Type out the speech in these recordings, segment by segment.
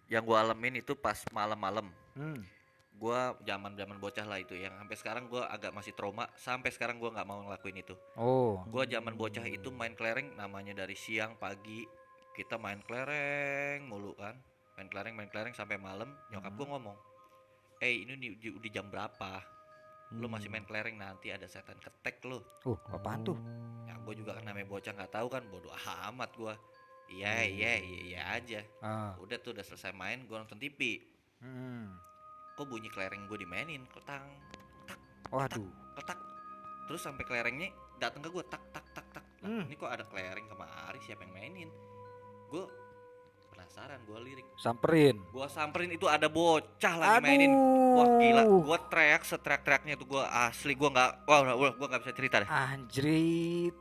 Yang gue alamin itu pas malam-malam. Hmm. Gue zaman bocah lah itu, yang sampai sekarang gue agak masih trauma. Sampai sekarang gue nggak mau ngelakuin itu. Oh. Gue zaman bocah itu main kelereng, namanya dari siang pagi kita main kelereng mulu kan. Main kelereng sampai malam. Nyokap gue ngomong, ini udah jam berapa? Lu masih main kelereng, nanti ada setan ketek lu. Apaan tuh? Ya gue juga kan namanya bocah nggak tahu kan, bodoh amat gue. Iya aja. Ah. Udah tuh, udah selesai main, gue nonton TV. Hmm. Kok bunyi kelereng gue dimainin, ketang, tak, Waduh. ketak. Terus sampai kelerengnya datang ke gue, tak tak tak tak. Lah, ini kok ada kelereng kemari, siapa yang mainin? Gue penasaran, gue lirik. Samperin. Gue samperin, itu ada bocah lagi mainin. Wah gila, gue teriak seteriak-teriaknya tuh, gue asli gue nggak, gue nggak bisa cerita deh. Anjrit.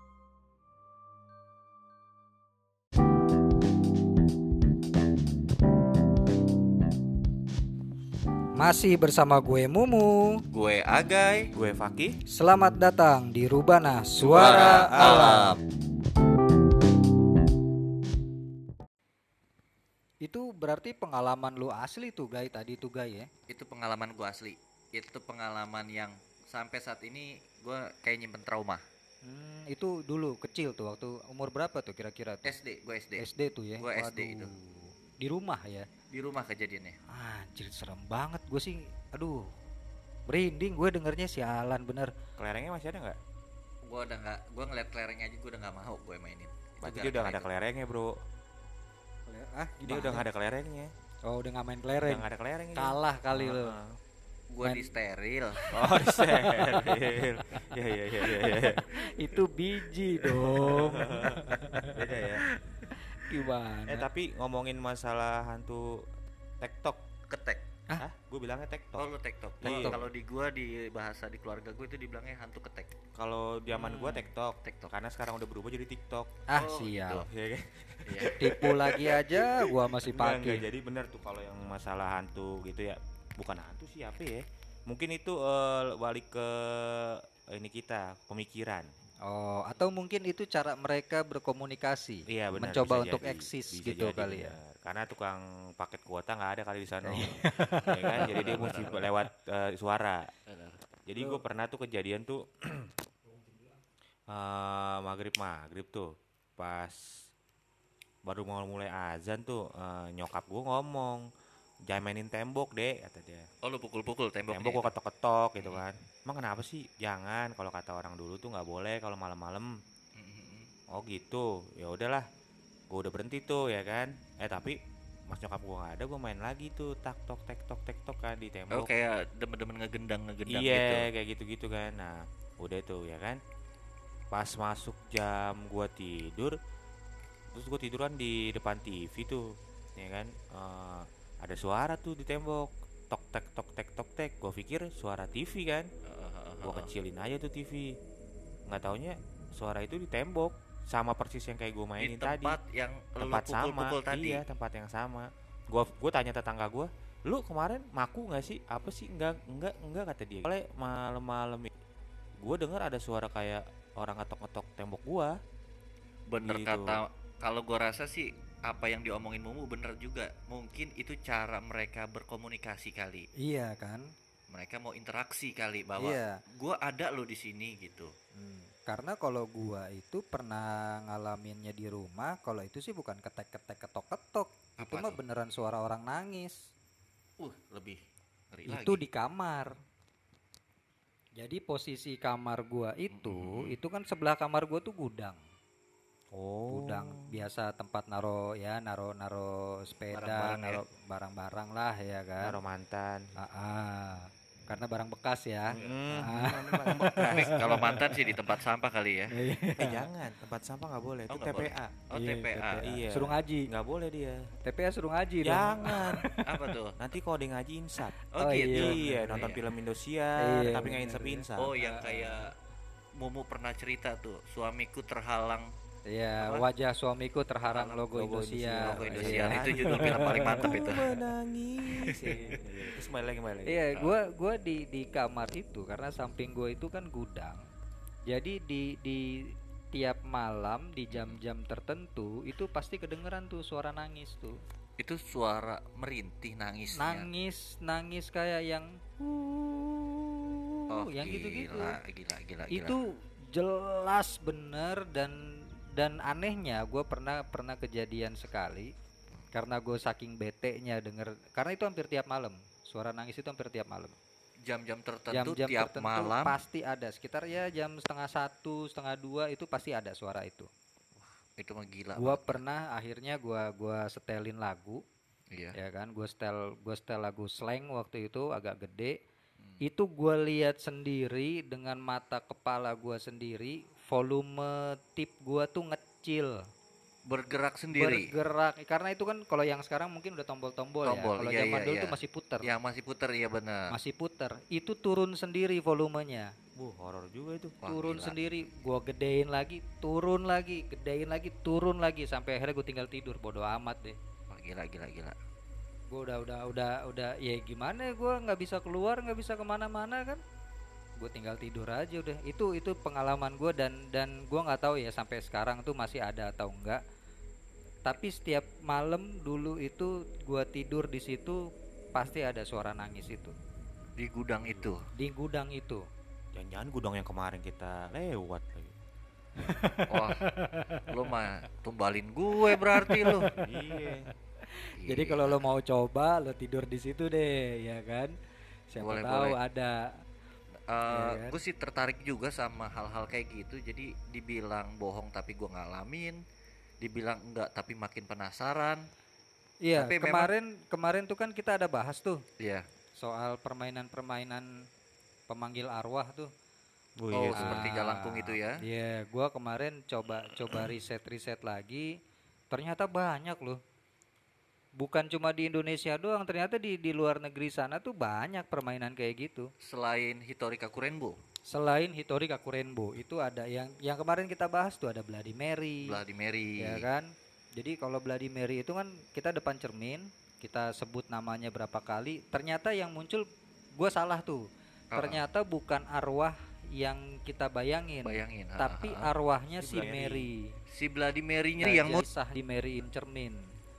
Masih bersama gue Mumu. Gue Agai. Gue Fakih. Selamat datang di Rubana Suara Alam. Itu berarti pengalaman lu asli tuh Gai, tadi tuh Gai ya? Itu pengalaman gue asli. Itu pengalaman yang sampai saat ini gue kayak nyimpen trauma. Itu dulu kecil tuh, waktu umur berapa tuh kira-kira tuh? SD, gue SD. SD tuh ya? Gue SD itu. Di rumah ya? Di rumah kejadiannya. Anjir serem banget, gue sih aduh merinding gue dengernya, sialan bener. Kelerengnya masih ada nggak? Gue udah nggak, gue ngeliat kelerengnya aja gue udah nggak mau gue mainin. Berarti dia udah nggak ada kelerengnya bro. Dia udah nggak ada kelerengnya. Oh udah nggak main kelereng? Udah nggak ada kelerengnya. Kalah kali lo. Gue di steril. Oh di steril. Ya. Itu biji dong. Beda ya. Gimana? Tapi ngomongin masalah hantu TikTok. Ketek. Hah? Gue bilangnya TikTok. Oh lu TikTok. Kalau di gua, di bahasa di keluarga gue itu dibilangnya hantu ketek. Kalau zaman gue TikTok. TikTok. Karena sekarang udah berubah jadi TikTok. Siap. Iya kan? Iya. Tipu lagi aja gua masih Enggak, pakai. jadi bener tuh kalau yang masalah hantu gitu ya. Bukan hantu sih apa ya? Mungkin itu balik ke ini kita, pemikiran. Oh, atau mungkin itu cara mereka berkomunikasi. Iya benar. Mencoba bisa untuk jadi, eksis bisa gitu jadi, kali ya. benar. Karena tukang paket kuota nggak ada kali di sana. Ya kan? Jadi dia mesti lewat suara. Jadi gue pernah tuh kejadian tuh maghrib tuh pas baru mau mulai azan tuh, nyokap gue ngomong, jangan mainin tembok deh kata dia. Oh lu pukul-pukul temboknya. Tembok gue ketok-ketok gitu kan. Emang kenapa sih? Jangan, kalau kata orang dulu tuh nggak boleh kalau malam-malam. Oh gitu, ya udahlah, gue udah berhenti tuh ya kan. Tapi mas nyokap gue nggak ada, gue main lagi tuh tak tok kan di tembok. Oh kayak demen-demen ngegendang gitu. Iya kayak gitu kan. Nah udah tuh ya kan. Pas masuk jam gue tidur, terus gue tiduran di depan TV tuh, ya kan. Ada suara tuh di tembok, tok tek. Gue pikir suara TV kan. Gue kecilin aja tuh TV. Nggak taunya suara itu di tembok, sama persis yang kayak gue mainin di tempat tadi. yang Tempat lu sama. pukul-pukul tadi. Iya tempat yang sama. Gue tanya tetangga gue, lu kemarin maku nggak sih? Apa sih? Enggak kata dia. Oleh malam-malam gue dengar ada suara kayak orang ngetok-ngetok tembok gue. Bener gitu. kata, kalau gue rasa sih apa yang diomongin Mumu bener juga. Mungkin itu cara mereka berkomunikasi kali. Iya kan? Mereka mau interaksi kali, bahwa Iya. gue ada lo di sini gitu. Karena kalau gua itu pernah ngalaminnya di rumah, kalau itu sih bukan ketek-ketek ketok-ketok. Itu mah beneran suara orang nangis. Lebih ngeri Itu lagi. di kamar. Jadi posisi kamar gua itu kan sebelah kamar gua tuh gudang. Gudang biasa tempat naro sepeda, Barang-barang naro barang-barang lah ya kan. Naro mantan. Karena barang bekas ya. Tapi kalau mantan sih di tempat sampah kali ya. Jangan, tempat sampah nggak boleh. Itu nggak TPA. Oh TPA. Iya. Suruh ngaji. Nggak boleh dia. TPA suruh ngaji dong. Jangan. Apa tuh? Nanti kalau dia ngaji insaf. Oh gitu. Iya, nonton film Indosiar, Iya, tapi nggak insaf. Oh yang kayak Mumu pernah cerita tuh, suamiku terhalang. Iya, wajah suamiku terhalang logo Indosiar. Logo Indosiar. Itu judul film paling mantap itu. Menangis. Terus kembali lagi. Iya, gua di kamar itu karena samping gua itu kan gudang. Jadi di tiap malam di jam-jam tertentu itu pasti kedengeran tuh suara nangis tuh. Itu suara merintih nangisnya. Nangis kayak yang Oh, yang gitu-gitu. gila. Itu jelas bener, dan anehnya gue pernah kejadian sekali karena gue saking betenya denger, karena itu hampir tiap malam, suara nangis itu hampir tiap malam. Jam-jam tertentu Jam-jam tiap tertentu malam. pasti ada, sekitar ya jam setengah satu, setengah dua itu pasti ada suara itu. Itu mah gila Gua banget. pernah akhirnya gua setelin lagu, Iya. ya kan, gua setel lagu slang waktu itu agak gede. Itu gua lihat sendiri dengan mata kepala gua sendiri, volume tip gua tuh ngecil, Bergerak sendiri. bergerak, karena itu kan kalau yang sekarang mungkin udah tombol-tombol ya. Tombol, Kalau iya, zaman iya, dulu iya. tuh masih puter, Ya masih puter, iya benar. masih puter. Itu turun sendiri volumenya. Horor juga itu. Wah, Turun gila. sendiri, gua gedein lagi, turun lagi, gedein lagi, turun lagi, sampai akhirnya gue tinggal tidur, bodo amat deh. Wah, gila. Gue udah ya gimana, gue nggak bisa keluar, nggak bisa kemana-mana kan, gue tinggal tidur aja udah. Itu pengalaman gue, dan gue nggak tahu ya sampai sekarang tuh masih ada atau enggak, tapi setiap malam dulu itu gue tidur di situ pasti ada suara nangis itu Di gudang itu. di gudang itu. Jangan-jangan gudang yang kemarin kita lewat lagi. Wah, lu mah tumbalin gue berarti lu. Iya. Jadi kalau lo mau coba, lo tidur di situ deh, ya kan? Siapa Boleh, tahu boleh. ada. Ya kan? Gue sih tertarik juga sama hal-hal kayak gitu. Jadi dibilang bohong tapi gue ngalamin, dibilang enggak tapi makin penasaran. Iya, Tapi kemarin tuh kan kita ada bahas tuh Iya. soal permainan pemanggil arwah tuh. Oh, iya tuh. seperti jalangkung itu ya. Iya, gua kemarin coba riset lagi. Ternyata banyak loh. Bukan cuma di Indonesia doang, ternyata di luar negeri sana tuh banyak permainan kayak gitu. Selain Hitori Kakurenbo, Selain Hitori Kakurenbo, itu ada yang kemarin kita bahas tuh, ada Bloody Mary. Bloody Mary. Ya kan? Jadi kalau Bloody Mary itu kan kita depan cermin, kita sebut namanya berapa kali, ternyata yang muncul gue salah tuh. Ternyata bukan arwah yang kita bayangin, Bayangin, tapi arwahnya si Si Bloody Mary. Si Bloody Mary-nya Nah, yang kisah di Maryin cermin.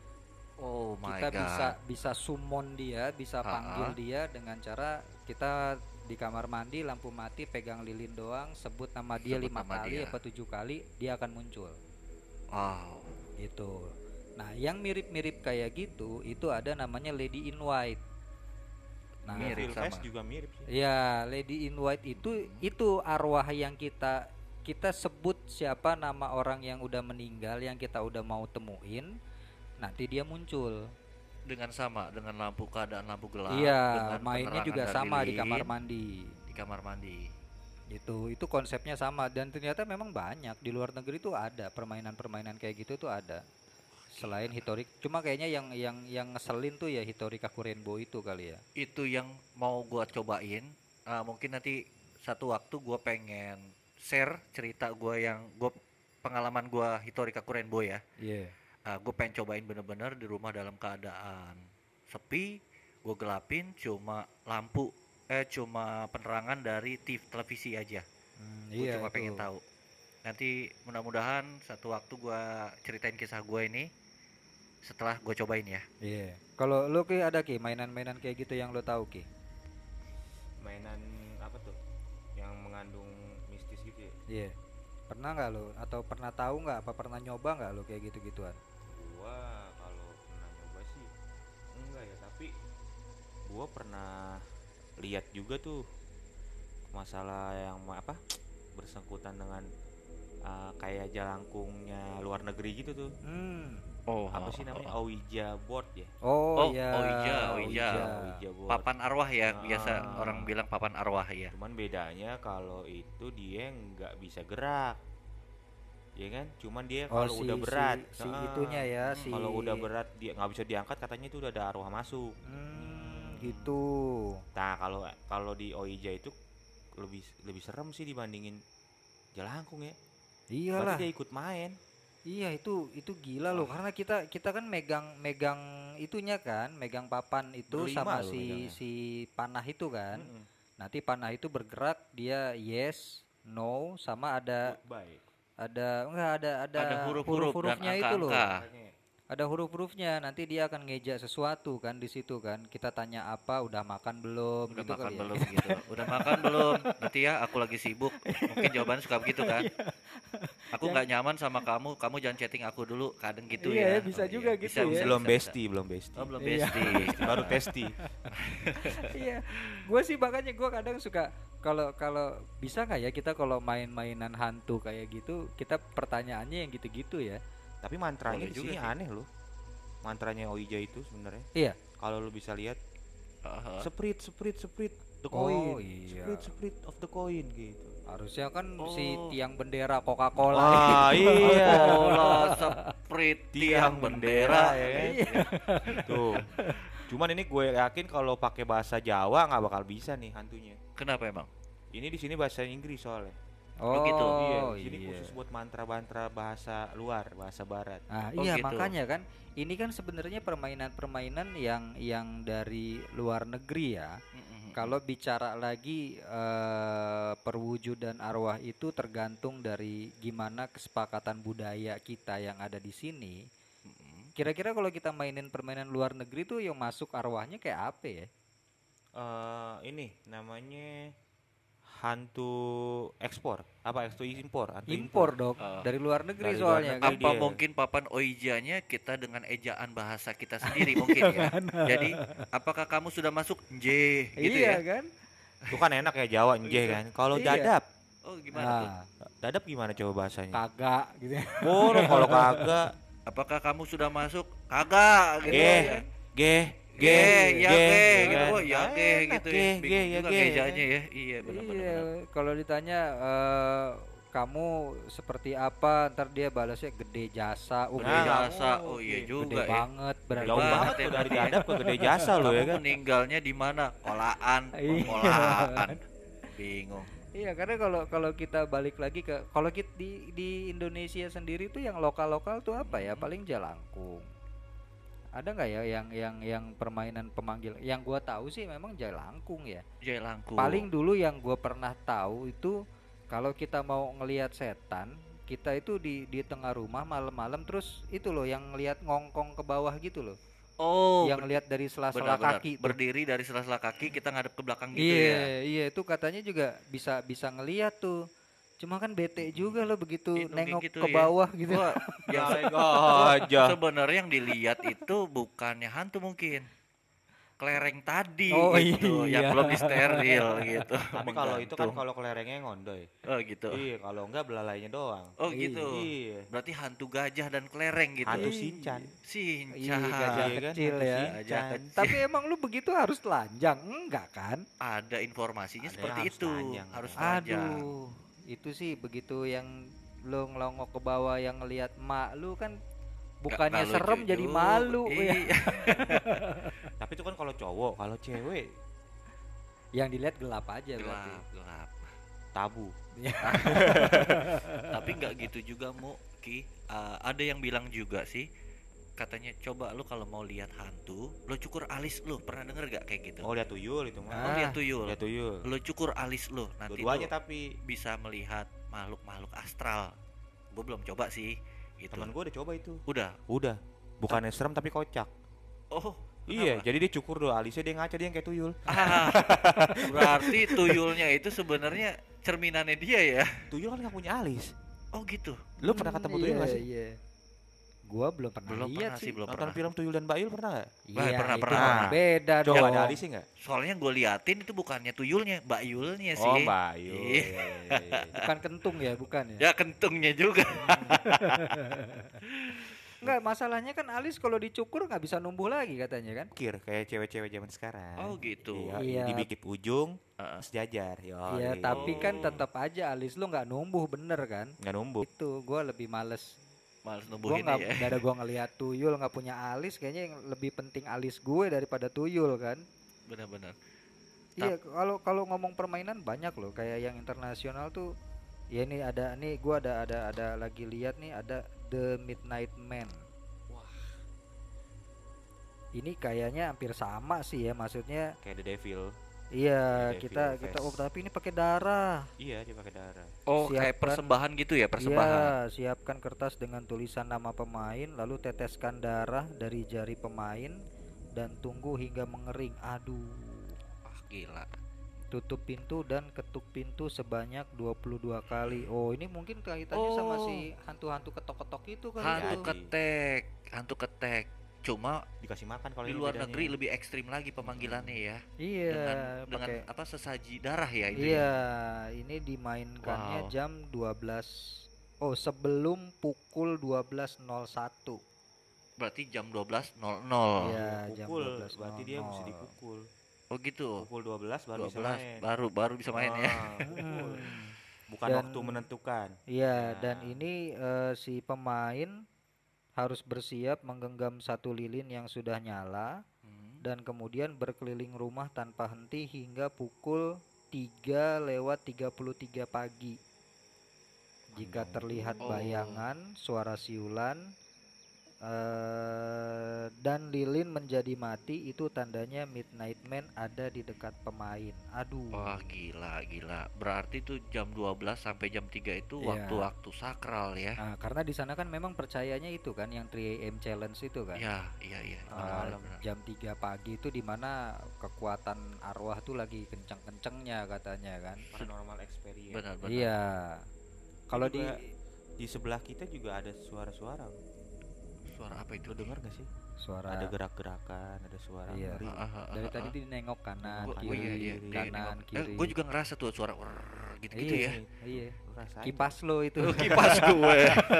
Oh my Kita god. bisa summon dia, bisa panggil dia dengan cara kita di kamar mandi, lampu mati, pegang lilin doang, sebut nama dia Sebut 5 nama kali dia. apa 7 kali, dia akan muncul. Wow. Gitu. Nah, yang mirip-mirip kayak gitu itu ada namanya Lady in White. Nah, Mirip Evil Face sama. juga mirip sih. ya Lady in White itu arwah yang kita sebut siapa nama orang yang udah meninggal yang kita udah mau temuin, nanti dia muncul. Dengan lampu keadaan lampu gelap. Iya, dengan mainnya penerangan juga dari sama di lilin, kamar mandi. Di kamar mandi. Itu konsepnya sama, dan ternyata memang banyak di luar negeri tuh ada permainan-permainan kayak gitu tuh ada. Selain Hitori, cuma kayaknya yang ngeselin tuh ya Hitori Kakurenbo itu kali ya. Itu yang mau gua cobain. Mungkin nanti satu waktu gua pengen share cerita pengalaman gua Hitori Kakurenbo ya. Iya. Gue pengen cobain bener-bener di rumah dalam keadaan sepi. Gue gelapin cuma cuma penerangan dari TV televisi aja. Gue Iya cuma itu. pengen tahu. Nanti mudah-mudahan satu waktu gue ceritain kisah gue ini setelah gue cobain ya. Iya. Kalau lo Ki ada Ki mainan-mainan kayak gitu yang lo tahu Ki? Mainan apa tuh? Yang mengandung mistis gitu ya. Iya. Pernah nggak lo, atau pernah tahu nggak, apa pernah nyoba nggak lo kayak gitu-gituan? Gua kalau pernah nyoba sih enggak ya, tapi gua pernah lihat juga tuh masalah yang apa bersangkutan dengan kayak jalangkungnya luar negeri gitu tuh. Oh, Apa sih namanya? Ouija board ya. Oh, iya. Ouija. Ouija board. Papan arwah ya, biasa Ah. orang bilang papan arwah ya. Cuman bedanya kalau itu dia nggak bisa gerak, ya kan? Cuman dia Oh, kalau udah berat, si itunya ya, si kalau udah berat dia nggak bisa diangkat, katanya itu udah ada arwah masuk. gitu. Nah kalau di Ouija itu lebih serem sih dibandingin jalangkung ya. Iyalah. Berarti dia ikut main. Iya, itu gila loh, karena kita kan megang itunya kan, megang papan itu Berlima sama loh megangnya. si panah itu kan. Mm-mm. Nanti panah itu bergerak, dia yes, no, sama ada Goodbye. Ada huruf-huruf dan huruf-hurufnya itu loh. angka-angka. Ada huruf-hurufnya. Nanti dia akan ngejak sesuatu kan di situ kan. Kita tanya apa, udah makan belum Udah gitu makan kali ya. belum gitu. Udah makan belum? Nanti ya aku lagi sibuk. Mungkin jawabannya suka begitu kan. Aku nggak nyaman sama kamu jangan chatting aku dulu. Kadang gitu Iya, ya. bisa juga gitu ya. Belum bestie, belum bestie. Oh, belum Iya. bestie. Baru testi. Iya, gue sih makanya gue kadang suka kalau kalau bisa nggak ya kita kalau main-mainan hantu kayak gitu kita pertanyaannya yang gitu-gitu ya. Tapi mantranya Boleh di juga sini sih. aneh loh. Mantranya Oija itu sebenarnya. Iya. Kalau lu bisa lihat, Aha. sprit the Oh, coin. iya. Sprit of the coin gitu. Harusnya kan si Oh. tiang bendera Coca-Cola. Wah, iya. Bola seprit tiang bendera ya kan? Tuh. Cuman ini gue yakin kalau pakai bahasa Jawa nggak bakal bisa nih hantunya. Kenapa emang? Ini di sini bahasa Inggris soalnya. Oh, gitu. Iya, di sini iya. khusus buat mantra-mantra bahasa luar, bahasa barat. Ah, Oh, iya gitu. makanya kan ini kan sebenarnya permainan-permainan yang dari luar negeri ya. Mm-mm. Kalau bicara lagi perwujudan arwah itu tergantung dari gimana kesepakatan budaya kita yang ada di sini. Mm-mm. Kira-kira kalau kita mainin permainan luar negeri tuh yang masuk arwahnya kayak apa ya? Ini namanya hantu ekspor, apa hantu impor, hantu Impor dok, Ah. dari luar negeri Dari luar soalnya negeri. kan. Apa dia. mungkin papan oijanya kita dengan ejaan bahasa kita sendiri mungkin ya. Jadi apakah kamu sudah masuk J gitu Iya ya? kan? Itu kan enak ya Jawa nje kan. Kalau Iya. dadap, Oh gimana tuh? Nah, dadap gimana coba bahasanya? kagak gitu ya. Boleh kalau kagak. Apakah kamu sudah masuk? Kagak gitu Geh, ya. geh, Ya geh gitu. kan? Oh ya geh Enak, gitu ya. geh, Bingung geh, ya juga geh, ejanya kan? ya. Iya benar-benar. Iya, kalau ditanya kamu seperti apa, ntar dia balasnya gede jasa. Oh, Gede Nah, jasa. kamu Oh iya gede juga gede ya. banget berarti. Jauh banget banget ya tuh dari berarti ya. dadap ke gede jasa lo ya Kamu kan. meninggalnya di mana? Kolaan. Oh, Iya. kolaan. Bingung. Iya, karena kalau kita balik lagi ke kalau kita di Indonesia sendiri tuh yang lokal-lokal tuh apa ya? Paling jalangkung. Ada nggak ya yang permainan pemanggil? Yang gua tahu sih memang jalangkung ya. Jelangkung. Paling dulu yang gua pernah tahu itu kalau kita mau ngelihat setan, kita itu di tengah rumah malam-malam terus itu loh yang ngelihat ngongkong ke bawah gitu loh. Oh, yang lihat dari sela-sela benar-benar. kaki tuh. Berdiri dari sela-sela kaki kita ngadep ke belakang gitu Iya, ya. iya itu katanya juga bisa ngelihat tuh. Cuma kan bete juga lo begitu Itu kayak nengok gitu ke ya. bawah gitu. Wah, yang aja. sebenarnya yang dilihat itu bukannya hantu mungkin. Kelereng tadi Oh, gitu, iya. yang belum disteril gitu. Tapi kalau itu kan Menggantung. kalau kelerengnya ngondoy. Oh gitu. Iya, kalau enggak belalainya doang. Oh gitu. Iya. Berarti hantu gajah dan kelereng gitu. Hantu Sinchan. Iya, Sinchan. gajah Iya kan, kecil hantu ya. Sinchan. Gajah kecil. Tapi emang lu begitu harus telanjang? Enggak kan? Ada informasinya Ada seperti yang harus itu. telanjang. Harus telanjang. Aduh, itu sih begitu yang lu ngelongok ke bawah yang ngelihat emak lu kan bukannya Nggak serem lucu jadi juga. malu ya. Iya. Tapi itu kan kalau cowok, kalau cewek Yang dilihat gelap aja berarti. Gelap, gelap. tabu. Tapi nggak gitu juga Mu Ki. Ada yang bilang juga sih, katanya coba lu kalau mau lihat hantu lu cukur alis lu, pernah denger gak kayak gitu? Oh, lihat tuyul itu Oh, mah. lihat tuyul, Lihat tuyul. lu cukur alis lu nanti Dua-duanya lu tapi bisa melihat makhluk-makhluk astral. Gue belum coba sih gitu. teman gue udah coba itu. Udah. Udah. Bukannya serem tapi kocak. Oh Iya, kenapa? jadi dia cukur doa alisnya dia ngaca dia yang kayak tuyul. Berarti tuyulnya itu sebenarnya cerminannya dia ya. Tuyul kan nggak punya alis. Oh gitu. Lu pernah ketemu tuyul nggak sih? Iya. Gua belum pernah Belum lihat pernah sih, belum Nonton pernah. film Tuyul dan Bayul pernah nggak? Wah, Iya, pernah, itu pernah. mah beda Coba dong. ada alisnya nggak? Soalnya gue liatin itu bukannya tuyulnya, bayulnya sih. Oh, Bayul. Iya. Iya, iya, iya. Bukan kentung ya, bukan ya? Ya kentungnya juga. Enggak, masalahnya kan alis kalau dicukur nggak bisa numbuh lagi katanya kan? Ukir kayak cewek-cewek zaman sekarang. Oh, gitu. Iya, Iya. dibikin ujung Heeh. sejajar. Yo, Iya, tapi kan tetap aja alis lu nggak numbuh bener kan? nggak numbuh. Itu gua lebih males. Males Gua numbuhin nggak, ya. daripada gua ngelihat tuyul nggak punya alis, kayaknya yang lebih penting alis gue daripada tuyul kan? Benar-benar. Iya, kalau ngomong permainan banyak loh, kayak yang internasional tuh. Ya ini ada nih, gua ada lagi lihat nih ada The Midnight Man. Ini kayaknya hampir sama sih ya, maksudnya Kayak The Devil. Iya, Devil kita Face. tapi ini pakai darah. Iya, dia pakai darah. Oh, kayak Siapkan, persembahan gitu ya, persembahan. iya, siapkan kertas dengan tulisan nama pemain, lalu teteskan darah dari jari pemain dan tunggu hingga mengering. Aduh. Wah, gila. Tutup pintu dan ketuk pintu sebanyak 22 kali. Oh, ini mungkin kaitannya sama Oh, si hantu-hantu ketok-ketok itu kali hantu tuh. Jadi ketek, hantu ketek. Cuma dikasih makan kalau di ini luar bedanya. negeri lebih ekstrim lagi pemanggilannya ya. Iya, Dengan pakai apa, sesaji darah ya itu iya, ya. ini dimainkannya Wow. jam 12. Oh, sebelum pukul 12.01. Berarti jam 12.00. Iya, Iya, jam pukul. Berarti dia mesti 12.00. dipukul. Oh gitu. Pukul 12 baru bisa 12 main. baru baru bisa main ya. Pukul. Mm-mm. Bukan Dan waktu menentukan. iya, dan Nah, ini si pemain harus bersiap menggenggam satu lilin yang sudah nyala Hmm. dan kemudian berkeliling rumah tanpa henti hingga pukul 3:33 pagi. Jika panjang terlihat juga. Oh. bayangan, suara siulan, dan lilin menjadi mati, itu tandanya Midnight Man ada di dekat pemain. Aduh. Wah, gila gila. Berarti tuh jam 12 sampai jam 3 itu Iya. waktu-waktu sakral ya. Nah, karena di sana kan memang percayanya itu kan yang 3 AM challenge itu kan. Ya, iya iya. Ah, Malam. jam 3 pagi itu dimana kekuatan arwah tuh lagi kenceng-kencengnya katanya kan. Paranormal experience. Benar benar. Iya. Kalau di Juga di sebelah kita juga ada suara-suara. Suara apa itu? Lo dengar gak sih? suara Ada gerak-gerakan, ada suara Iya. ngeri. dari tadi dia nengok kanan, Gua- Oh kiri, iya iya. kanan, kiri. Gue juga ngerasa tuh suara gitu-gitu Iya, ya. iya. Lu rasain. Kipas lo itu. Tuh kipas gue.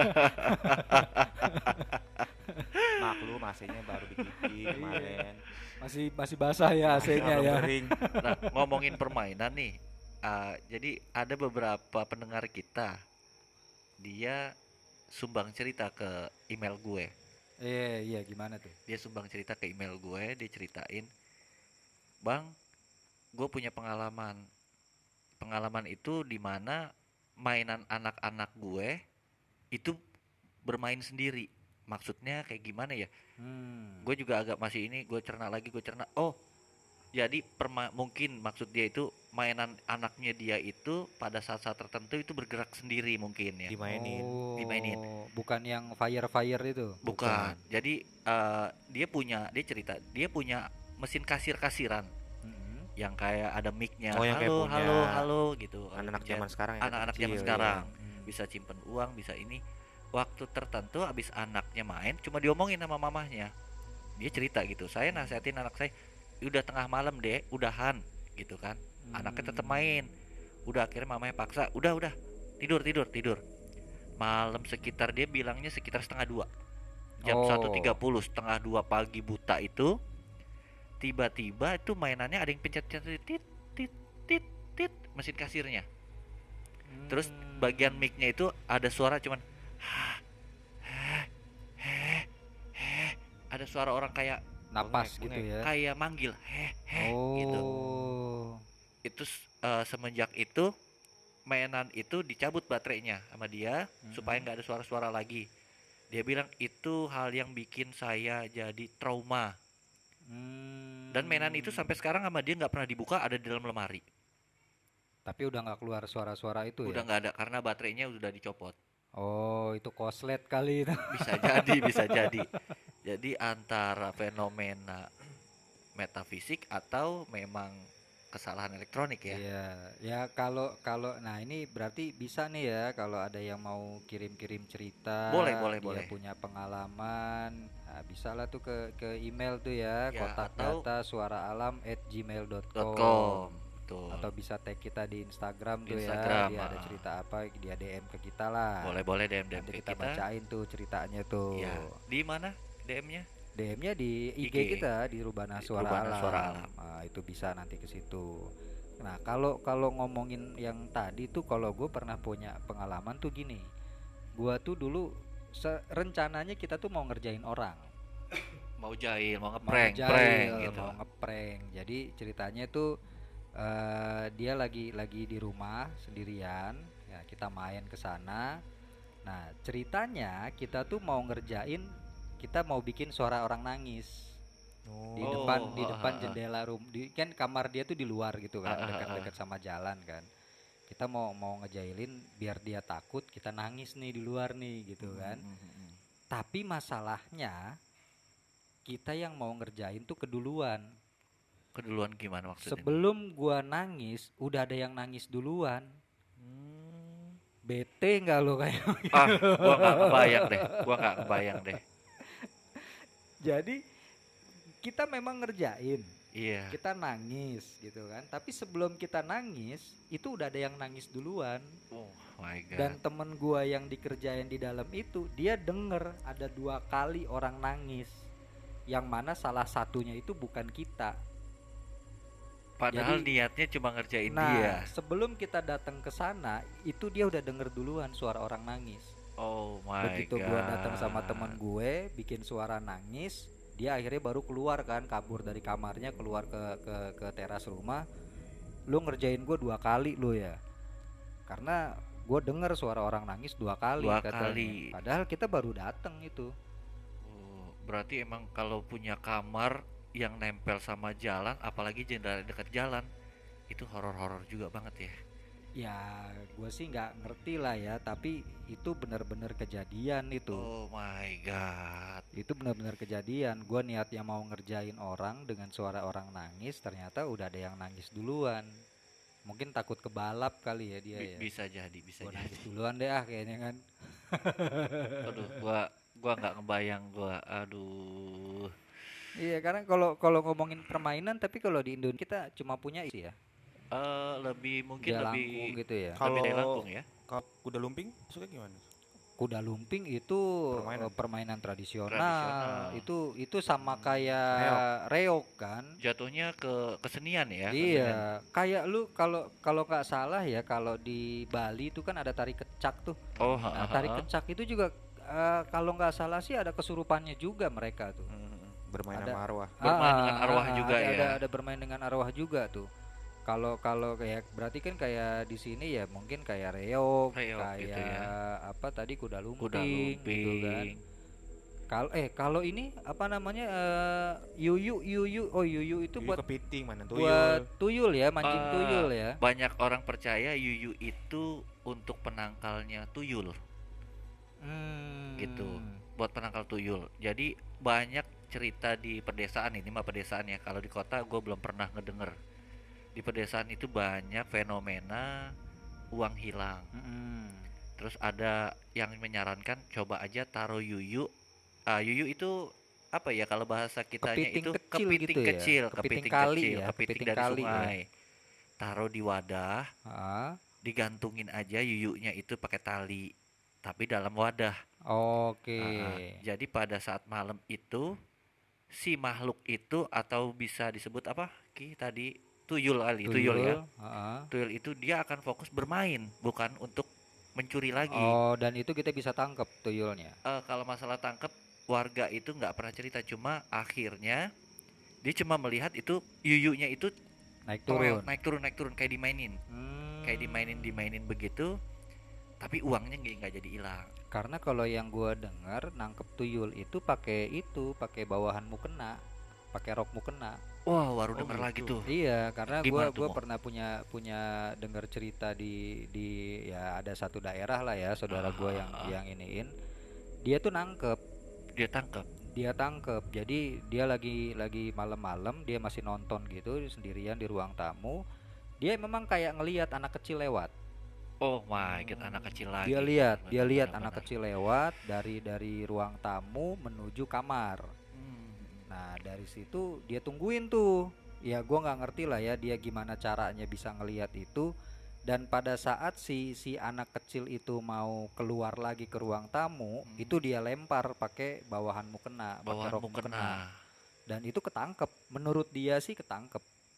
Maklum AC-nya baru dikiki kemarin. masih basah ya AC-nya Belum ya. kering. Nah, ngomongin permainan nih. Jadi ada beberapa pendengar kita, dia sumbang cerita ke email gue. Iya, gimana tuh? Dia sumbang cerita ke email gue, dia ceritain, "Bang, gue punya pengalaman. Pengalaman itu dimana mainan anak-anak gue itu bermain sendiri." Maksudnya kayak gimana ya? Gue juga agak masih ini, gue cerna lagi, gue cerna. Oh, jadi mungkin maksud dia itu mainan anaknya dia itu pada saat-saat tertentu itu bergerak sendiri mungkin ya. Dimainin. Dimainin. Bukan yang fire itu. Bukan. Jadi dia cerita, dia punya mesin kasir-kasiran Mm-mm. yang kayak ada mic-nya. Oh, yang kayak Halo, punya halo, halo gitu. Anak-anak Pencet. zaman sekarang yang Anak-anak kecil, zaman ya. sekarang Hmm. bisa simpen uang, bisa ini. Waktu tertentu abis anaknya main, cuma diomongin sama mamahnya. Dia cerita gitu, saya nasihatin anak saya, udah tengah malam deh, udahan gitu kan. Anaknya tetap main. Udah akhirnya mamanya paksa, udah tidur. Malam sekitar, dia bilangnya sekitar setengah 2, jam Oh. 1.30, setengah 2 pagi buta itu, tiba-tiba itu mainannya ada yang pencet-pencet tit tit tit tit mesin kasirnya. Terus bagian mic-nya itu ada suara cuman ada suara orang kayak napas Bengek, gitu bengek. ya. kayak manggil gitu. Oh. Itu semenjak itu mainan itu dicabut baterainya sama dia supaya nggak ada suara-suara lagi. Dia bilang itu hal yang bikin saya jadi trauma. Dan mainan itu sampai sekarang sama dia nggak pernah dibuka, ada di dalam lemari. Tapi udah nggak keluar suara-suara itu Udah ya. nggak ada karena baterainya udah dicopot. Oh, itu koslet kali itu. Bisa jadi, bisa jadi. Jadi antara fenomena metafisik atau memang kesalahan elektronik ya. Iya, ya kalau kalau nah ini berarti bisa nih ya kalau ada yang mau kirim-kirim cerita, Boleh, dia boleh. punya pengalaman, nah, bisa lah tuh ke email tuh ya, Ya, kotak atau data suaraalam@gmail.com .com. Betul. atau bisa tag kita di Instagram tuh Instagram, ya, dia ada cerita apa dia DM ke kita lah. Boleh DM Nanti ke kita kita. bacain tuh ceritanya tuh. Ya. Di mana DM-nya? DM-nya di IG IG. kita di Rubana Di Suara Rubana Alam. Suara Alam. Nah, itu bisa nanti ke situ. Nah, kalau ngomongin yang tadi tuh, kalau gue pernah punya pengalaman tuh gini. Gua tuh dulu rencananya kita tuh mau ngerjain orang, Mau jahil, mau mau ngeprank, ngejail, prank gitu. mau ngeprank. Jadi ceritanya tuh dia lagi di rumah sendirian, ya kita main ke sana. Nah, ceritanya kita tuh mau ngerjain, kita mau bikin suara orang nangis. di Oh. depan jendela kan kamar dia tuh di luar gitu kan, dekat-dekat sama jalan kan. Kita mau ngejailin biar dia takut, kita nangis nih di luar nih gitu kan. Tapi masalahnya kita yang mau ngerjain tuh keduluan. Keduluan gimana maksudnya? Sebelum gua nangis, udah ada yang nangis duluan. Hmm. Bete nggak lo kayak? Gua nggak kebayang deh. Jadi kita memang ngerjain, Iya. kita nangis gitu kan. Tapi sebelum kita nangis, itu udah ada yang nangis duluan. Oh my god. Dan temen gua yang dikerjain di dalam itu, dia denger ada 2 kali orang nangis. Yang mana salah satunya itu bukan kita. Padahal Jadi, niatnya cuma ngerjain nah, dia. sebelum kita datang ke sana, itu dia udah denger duluan suara orang nangis. Oh my Begitu god. gua datang sama temen gue, bikin suara nangis, dia akhirnya baru keluar kan, kabur dari kamarnya, keluar ke teras rumah. Lu ngerjain gue 2 kali lu ya, karena gue denger suara orang nangis 2 kali 2 katanya. kali. Padahal kita baru datang itu. Oh, berarti emang kalau punya kamar yang nempel sama jalan, apalagi jendela dekat jalan, itu horor-horor juga banget ya. Ya, gue sih nggak ngerti lah ya, tapi itu benar-benar kejadian itu. Oh my god. Itu benar-benar kejadian. Gue niatnya mau ngerjain orang dengan suara orang nangis, ternyata udah ada yang nangis duluan. Mungkin takut kebalap kali ya dia ya. Bisa jadi, bisa Gue jadi. nangis duluan deh kayaknya kan. Aduh, gua nggak ngebayang gua. Aduh. Iya, karena kalau ngomongin permainan, tapi kalau di Indonesia kita cuma punya isi ya, Lebih mungkin Jalangkung lebih gitu ya. lebih dari Kalau langkung ya. kalau kuda lumping suka gimana? Kuda lumping itu Permainan. permainan tradisional. Tradisional. Itu sama kayak reog kan. Jatuhnya ke kesenian ya. Kesenian. Iya, kayak lu kalau kalau nggak salah ya, kalau di Bali itu kan ada tari kecak tuh. Oh, Nah, tari kecak itu juga kalau nggak salah sih ada kesurupannya juga mereka tuh. Bermain Ada- sama arwah. Bermain dengan arwah juga ya. Ada bermain dengan arwah juga tuh. Kalau kayak berarti kan kayak di sini ya mungkin kayak reog, Reog kayak gitu ya. apa tadi kuda Kuda lumping, gitu kan. lumping. Kalau ini apa namanya yuyu yuyu itu Jadi buat kepiting mana buat tuyul. tuyul ya, mancing Eh, tuyul ya. Banyak orang percaya yuyu itu untuk penangkalnya tuyul gitu. Buat penangkal tuyul. Jadi banyak cerita di pedesaan, ini mah pedesaan ya. Kalau di kota gue belum pernah ngedenger. Di pedesaan itu banyak fenomena uang hilang. Terus ada yang menyarankan coba aja taruh yuyu. Yuyu itu apa ya kalau bahasa kitanya Kepiting itu kecil kepiting gitu ya, kecil, kepiting kepiting kali kecil, ya, kepiting kepiting dari kali ya. sungai. Taruh di wadah, Ah, digantungin aja yuyunya itu pakai tali, tapi dalam wadah. oke. Jadi pada saat malam itu si makhluk itu atau bisa disebut apa? Ki tadi tuyul kali, tuyul ya. ah. Tuyul itu dia akan fokus bermain, bukan untuk mencuri lagi. Oh, dan itu kita bisa tangkap tuyulnya. Kalau masalah tangkep, warga itu nggak pernah cerita, cuma akhirnya dia cuma melihat itu yuyunya itu Naik toel, turun. naik turun kayak dimainin, kayak dimainin begitu, tapi uangnya nggak jadi hilang. Karena kalau yang gua dengar nangkep tuyul itu pakai bawahan mukena, pakai rok mukena. Wah, baru Oh, denger lagi gitu. tuh. Iya, karena Gimana gua tuh, Mo? pernah punya dengar cerita di ya ada satu daerah lah ya, saudara gua yang iniin. Dia tuh Dia tangkap. Jadi dia lagi malam-malam, dia masih nonton gitu sendirian di ruang tamu. Dia memang kayak ngelihat anak kecil lewat. Oh my god, anak kecil lagi. Dia lihat Benar-benar. anak kecil lewat dari ruang tamu menuju kamar. Hmm. Nah, dari situ dia tungguin tuh. Ya gua nggak ngerti lah ya dia gimana caranya bisa ngelihat itu. Dan pada saat si anak kecil itu mau keluar lagi ke ruang tamu, itu dia lempar pakai bawahan mukena, pakai Bawahan rok mukena. mukena. Dan itu ketangkep. Menurut dia sih ketangkep.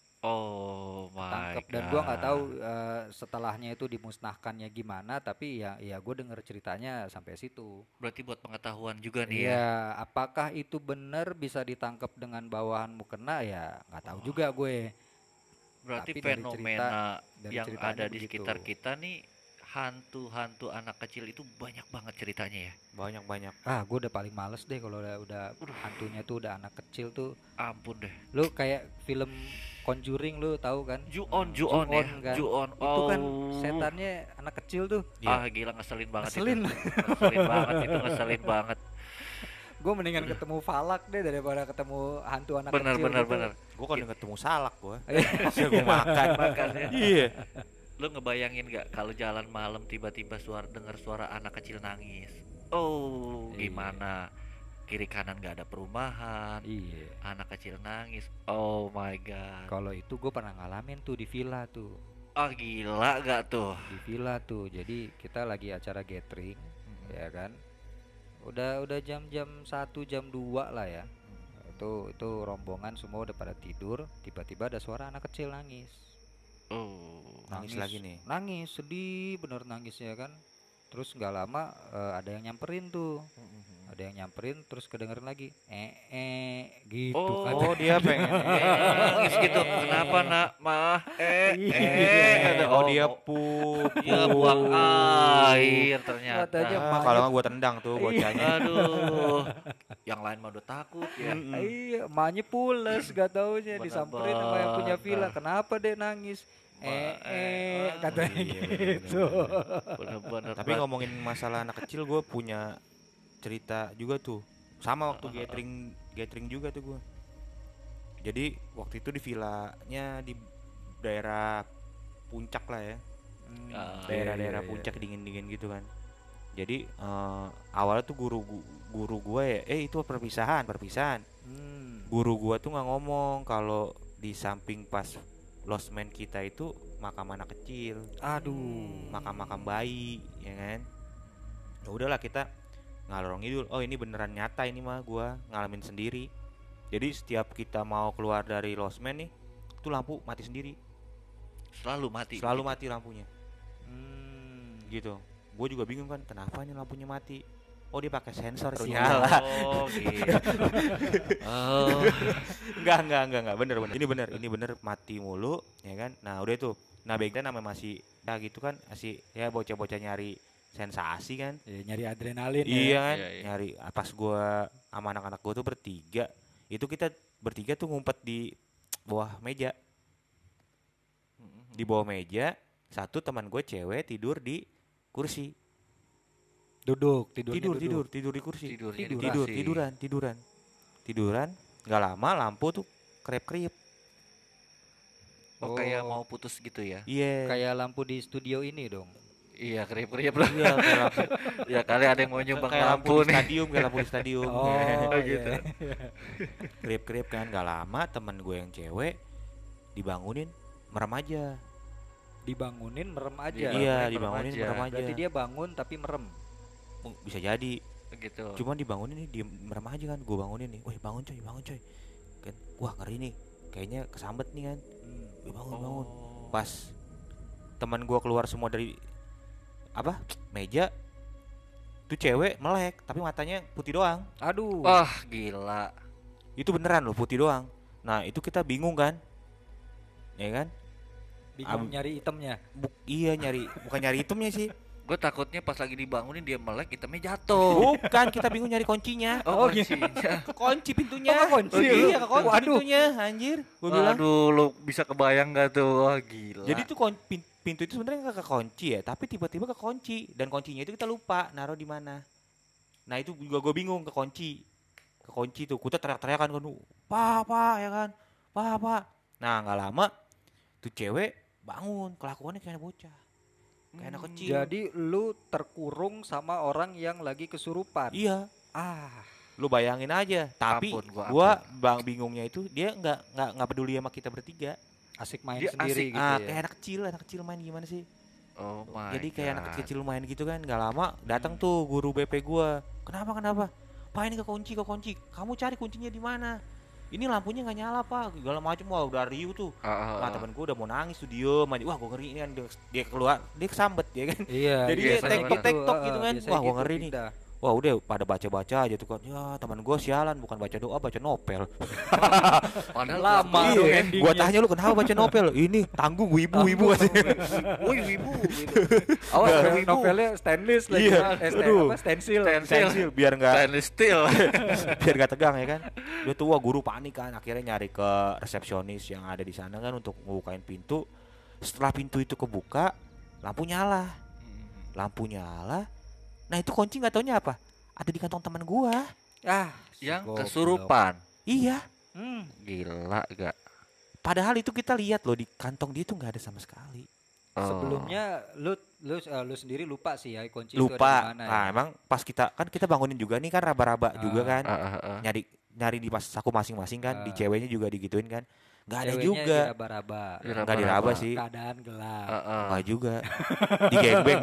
Oh my Dan gua nggak tahu god. setelahnya itu dimusnahkannya gimana, tapi ya gue denger ceritanya sampai situ. Berarti buat pengetahuan juga nih ya. Iya, apakah itu benar bisa ditangkap dengan bawahan mukena ya nggak tahu juga gue. Berarti Tapi dari fenomena dari yang ceritanya ada di begitu. sekitar kita nih hantu-hantu anak kecil itu banyak banget ceritanya ya. Banyak. Ah, gue udah paling males deh kalau udah hantunya tuh udah anak kecil tuh. Ampun deh. Lu kayak film Conjuring lu tahu kan? Ju-on Ju-on ya. kan. Ju-on. Itu kan Oh. setannya anak kecil tuh. Iya. Ah gila ngeselin banget Ngeselin. itu. Ngeselin banget itu, ngeselin banget. Gue mendingan ketemu Falak deh daripada ketemu hantu anak Bener kecil bener gitu. bener. Gue kalau ketemu salak gue bisa gue makan. Makanya. Iya. Lu ngebayangin gak kalau jalan malam tiba-tiba dengar suara anak kecil nangis? Oh, Iya. gimana? Kiri kanan gak ada perumahan. Iya. Anak kecil nangis. Oh my god. Kalau itu gue pernah ngalamin tuh di villa tuh. Ah gila gak tuh? Di villa tuh. Jadi kita lagi acara gathering, ya kan? Udah jam-jam 1 jam 2 lah ya. Itu rombongan semua udah pada tidur, tiba-tiba ada suara anak kecil nangis. Oh. Nangis lagi nih. Nangis, sedih bener nangisnya kan. Terus nggak lama ada yang nyamperin tuh. Ada yang nyamperin terus kedengeran lagi gitu Oh, kan. Oh dia pengen. Nangis gitu. Kenapa nak? Mah? Iya. Oh dia pup. Ya buang air ternyata. Katanya Kalau nggak gue tendang tuh bocahnya. Aduh. Yang lain mah udah takut ya. Iya, emaknya pules gak taunya disamperin sama yang punya villa. Bener-bener. Kenapa deh nangis? Katanya Iya, gitu. Bener-bener. Tapi ngomongin masalah anak kecil, gue punya cerita juga tuh. Sama waktu gathering juga tuh gue. Jadi waktu itu di villanya di daerah puncak lah ya. Daerah-daerah iya, puncak dingin-dingin gitu kan. Jadi awalnya tuh guru gue ya, itu perpisahan. Guru gue tuh nggak ngomong kalau di samping pas losmen kita itu makam anak kecil, Aduh. makam bayi, ya kan. Ya udahlah kita ngalor ngidul. Oh ini beneran nyata, ini mah gue ngalamin sendiri. Jadi setiap kita mau keluar dari losmen nih, tuh lampu mati sendiri, Selalu mati. selalu gitu. mati lampunya, gitu. Gue juga bingung kan, kenapa ini lampunya mati? Oh dia pakai sensor tuh nyala. Oh gitu. Oh. Enggak, bener. Ini bener mati mulu, ya kan. Nah udah tuh, nah baiknya namanya masih ya gitu kan, masih ya bocah-bocah nyari sensasi kan. Ya, nyari adrenalin Iya ya. kan, Iya, iya. nyari. Pas gua sama anak-anak gua tuh bertiga, itu kita bertiga tuh ngumpet di bawah meja. Di bawah meja, satu teman gue cewek tidur di kursi. Tidur Tidur di kursi. Tidurnya di Tiduran. kursi. Tiduran. Nggak lama lampu tuh kerep-kerip. Oh, kayak mau putus gitu ya. Iya. Kayak lampu di studio ini dong. Iya, kriep-kriep lah. Iya, kayak lampu. Ya kali ada yang mau nyumbang Kayak lampu lampu di nih. stadium, kayak lampu di stadium. Oh, gitu. iya. Kerip-kerip kan, nggak lama temen gue yang cewek dibangunin merem aja. Dibangunin merem aja. Iya, Iya, merem dibangunin aja. merem aja. Berarti dia bangun tapi merem. Bisa jadi. Gitu. Cuman dibangunin nih, diem merem aja kan. Gue bangunin nih, woi bangun coy. Kan, wah ngeri nih. Kayaknya kesambet nih kan. Woi bangun. Oh. Pas teman gue keluar semua dari meja, tuh cewek melek tapi matanya putih doang. Aduh. Wah, gila. Itu beneran loh, putih doang. Nah itu kita bingung kan, ya kan. Bingung nyari itemnya. Iya bukan nyari itemnya sih. Gue takutnya pas lagi dibangunin dia melek, itemnya jatuh. Bukan, kita bingung nyari kuncinya. Oh, gitu. kuncinya. Kekunci pintunya. Oh, kekunci. Iya, kekunci Waduh. pintunya, anjir. Gue bilang. Aduh, lu bisa kebayang gak tuh? Wah, gila. Jadi tuh pintu itu sebenarnya nggak kekunci ya, tapi tiba-tiba kekunci dan kuncinya itu kita lupa naruh di mana. Nah itu juga gue bingung, kekunci tuh. Kita teriak-teriakan kan, pak ya kan, pak. Nah nggak lama tuh cewek bangun, kelakuannya kayak bocah, kayak anak kecil. Jadi lu terkurung sama orang yang lagi kesurupan. Iya. Lu bayangin aja. Tapi Ampun, gua bingungnya itu dia nggak peduli sama kita bertiga. Asik main Dia sendiri asik, gitu ya. Kayak anak kecil main gimana sih? Oh my Jadi kayak anak God. kecil main gitu kan. Nggak lama datang tuh guru BP gua. Kenapa? Pak ini kekunci. Kamu cari kuncinya di mana? Ini lampunya nggak nyala pak. Segala macam. Wah udah riuh tuh. Nah temen gua udah mau nangis tuh, diem aja. Wah gua ngeri kan. Dia keluar, dia kesambet ya kan. Iya. Jadi dia biasanya tektok gitu kan. biasanya Wah, gua gitu, ngeri nih. pindah. Wah udah pada baca-baca aja tuh kan. Ya teman gue sialan bukan baca doa baca novel. Padahal Lama gua- dong Iya, endingnya. gua tanya lu kenapa baca novel? Ini tanggung wibu-wibu katanya. Woi wibu gitu. Awas ada wibu. Novelnya stainless lagi. Iya, Apa aduh. stensil. Stensil biar nggak Stainless steel. biar nggak tegang ya kan. Dia tuh wah guru panik kan, akhirnya nyari ke resepsionis yang ada di sana kan untuk ngebukain pintu. Setelah pintu itu kebuka, lampu nyala. Nah itu kunci nggak taunya apa? Ada di kantong teman gua. Ah, si Yang goblok. kesurupan. Iya. Gila gak? Padahal itu kita lihat loh di kantong dia tuh nggak ada sama sekali. Oh. Sebelumnya lu sendiri lupa sih ya kunci itu ada di Lupa. mana Nah ya. emang pas kita bangunin juga nih kan raba-raba juga kan. Ah. Nyari di saku masing-masing kan. Di Ah. ceweknya juga digituin kan. Nggak ada Ceweknya juga. diraba-raba. Nggak diraba sih. Keadaan gelap. Nggak juga. Di gengbeng.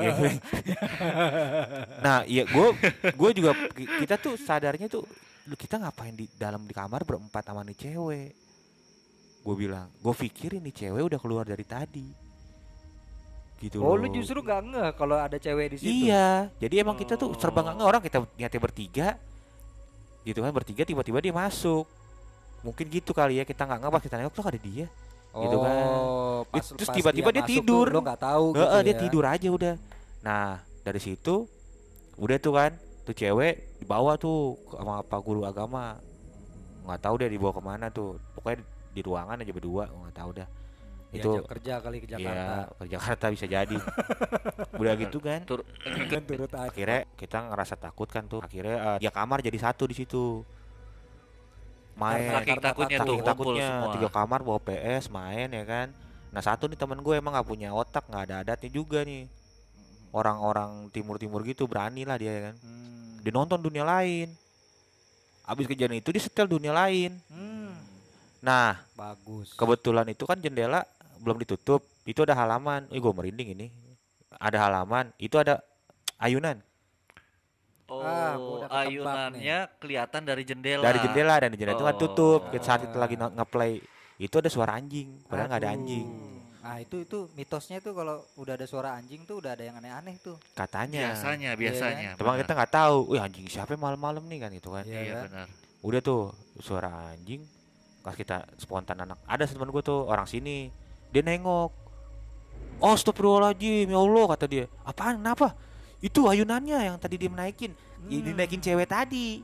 Nah iya gue juga kita tuh sadarnya tuh kita ngapain di kamar berempat sama nih cewek. Gue bilang gue pikir ini cewek udah keluar dari tadi gitu Oh, loh. lu justru gak ngeh kalau ada cewek di situ. Iya, jadi emang kita tuh serba nggak ngerti, orang kita niatnya bertiga, gitu kan bertiga tiba-tiba dia masuk, mungkin gitu kali ya kita nggak pas kita nengok tuh ada dia, gitu kan. Terus tiba-tiba dia masuk tidur. tuh, lu nggak tahu gitu dia ya. tidur aja udah. Nah dari situ udah tuh kan, tuh cewek dibawa tuh sama apa guru agama, nggak tahu deh dibawa kemana tuh, pokoknya di ruangan aja berdua, nggak tahu dah. Itu Diajak kerja kali ke Jakarta. iya ke Jakarta bisa jadi. Udah gitu kan. Kan turut aja. Akhirnya kita ngerasa takut kan tuh. Akhirnya dia kamar jadi satu di situ. Main. Saking takutnya tuh Saking kumpul takutnya semua. 3 kamar bawa PS main ya kan. Nah satu nih temen gue emang nggak punya otak, nggak ada adatnya juga nih. Orang-orang timur-timur gitu berani lah dia ya kan. Dia nonton dunia lain. Abis kejadian itu dia setel dunia lain. Nah Bagus. kebetulan itu kan jendela belum ditutup, itu ada halaman. Gue merinding ini. Ada halaman, itu ada ayunan Oh, gua udah ketebak ayunannya kelihatan dari jendela. dari jendela dan jendela itu kan tutup. Oh. Saat itu lagi ngeplay, itu ada suara anjing, padahal nggak ada Aduh. anjing Nah itu mitosnya tuh kalau udah ada suara anjing tuh udah ada yang aneh-aneh tuh. katanya. Biasanya. Cuma benar. kita nggak tahu, wih anjing siapa malam-malam nih kan gitu kan. Iya Iya kan? benar. Udah tuh suara anjing, pas kita spontan ada teman gue tuh orang sini, dia nengok. Oh astagfirullahaladzim ya Allah kata dia. Apaan kenapa? Itu ayunannya yang tadi dia naikin. Dinaikin cewek tadi.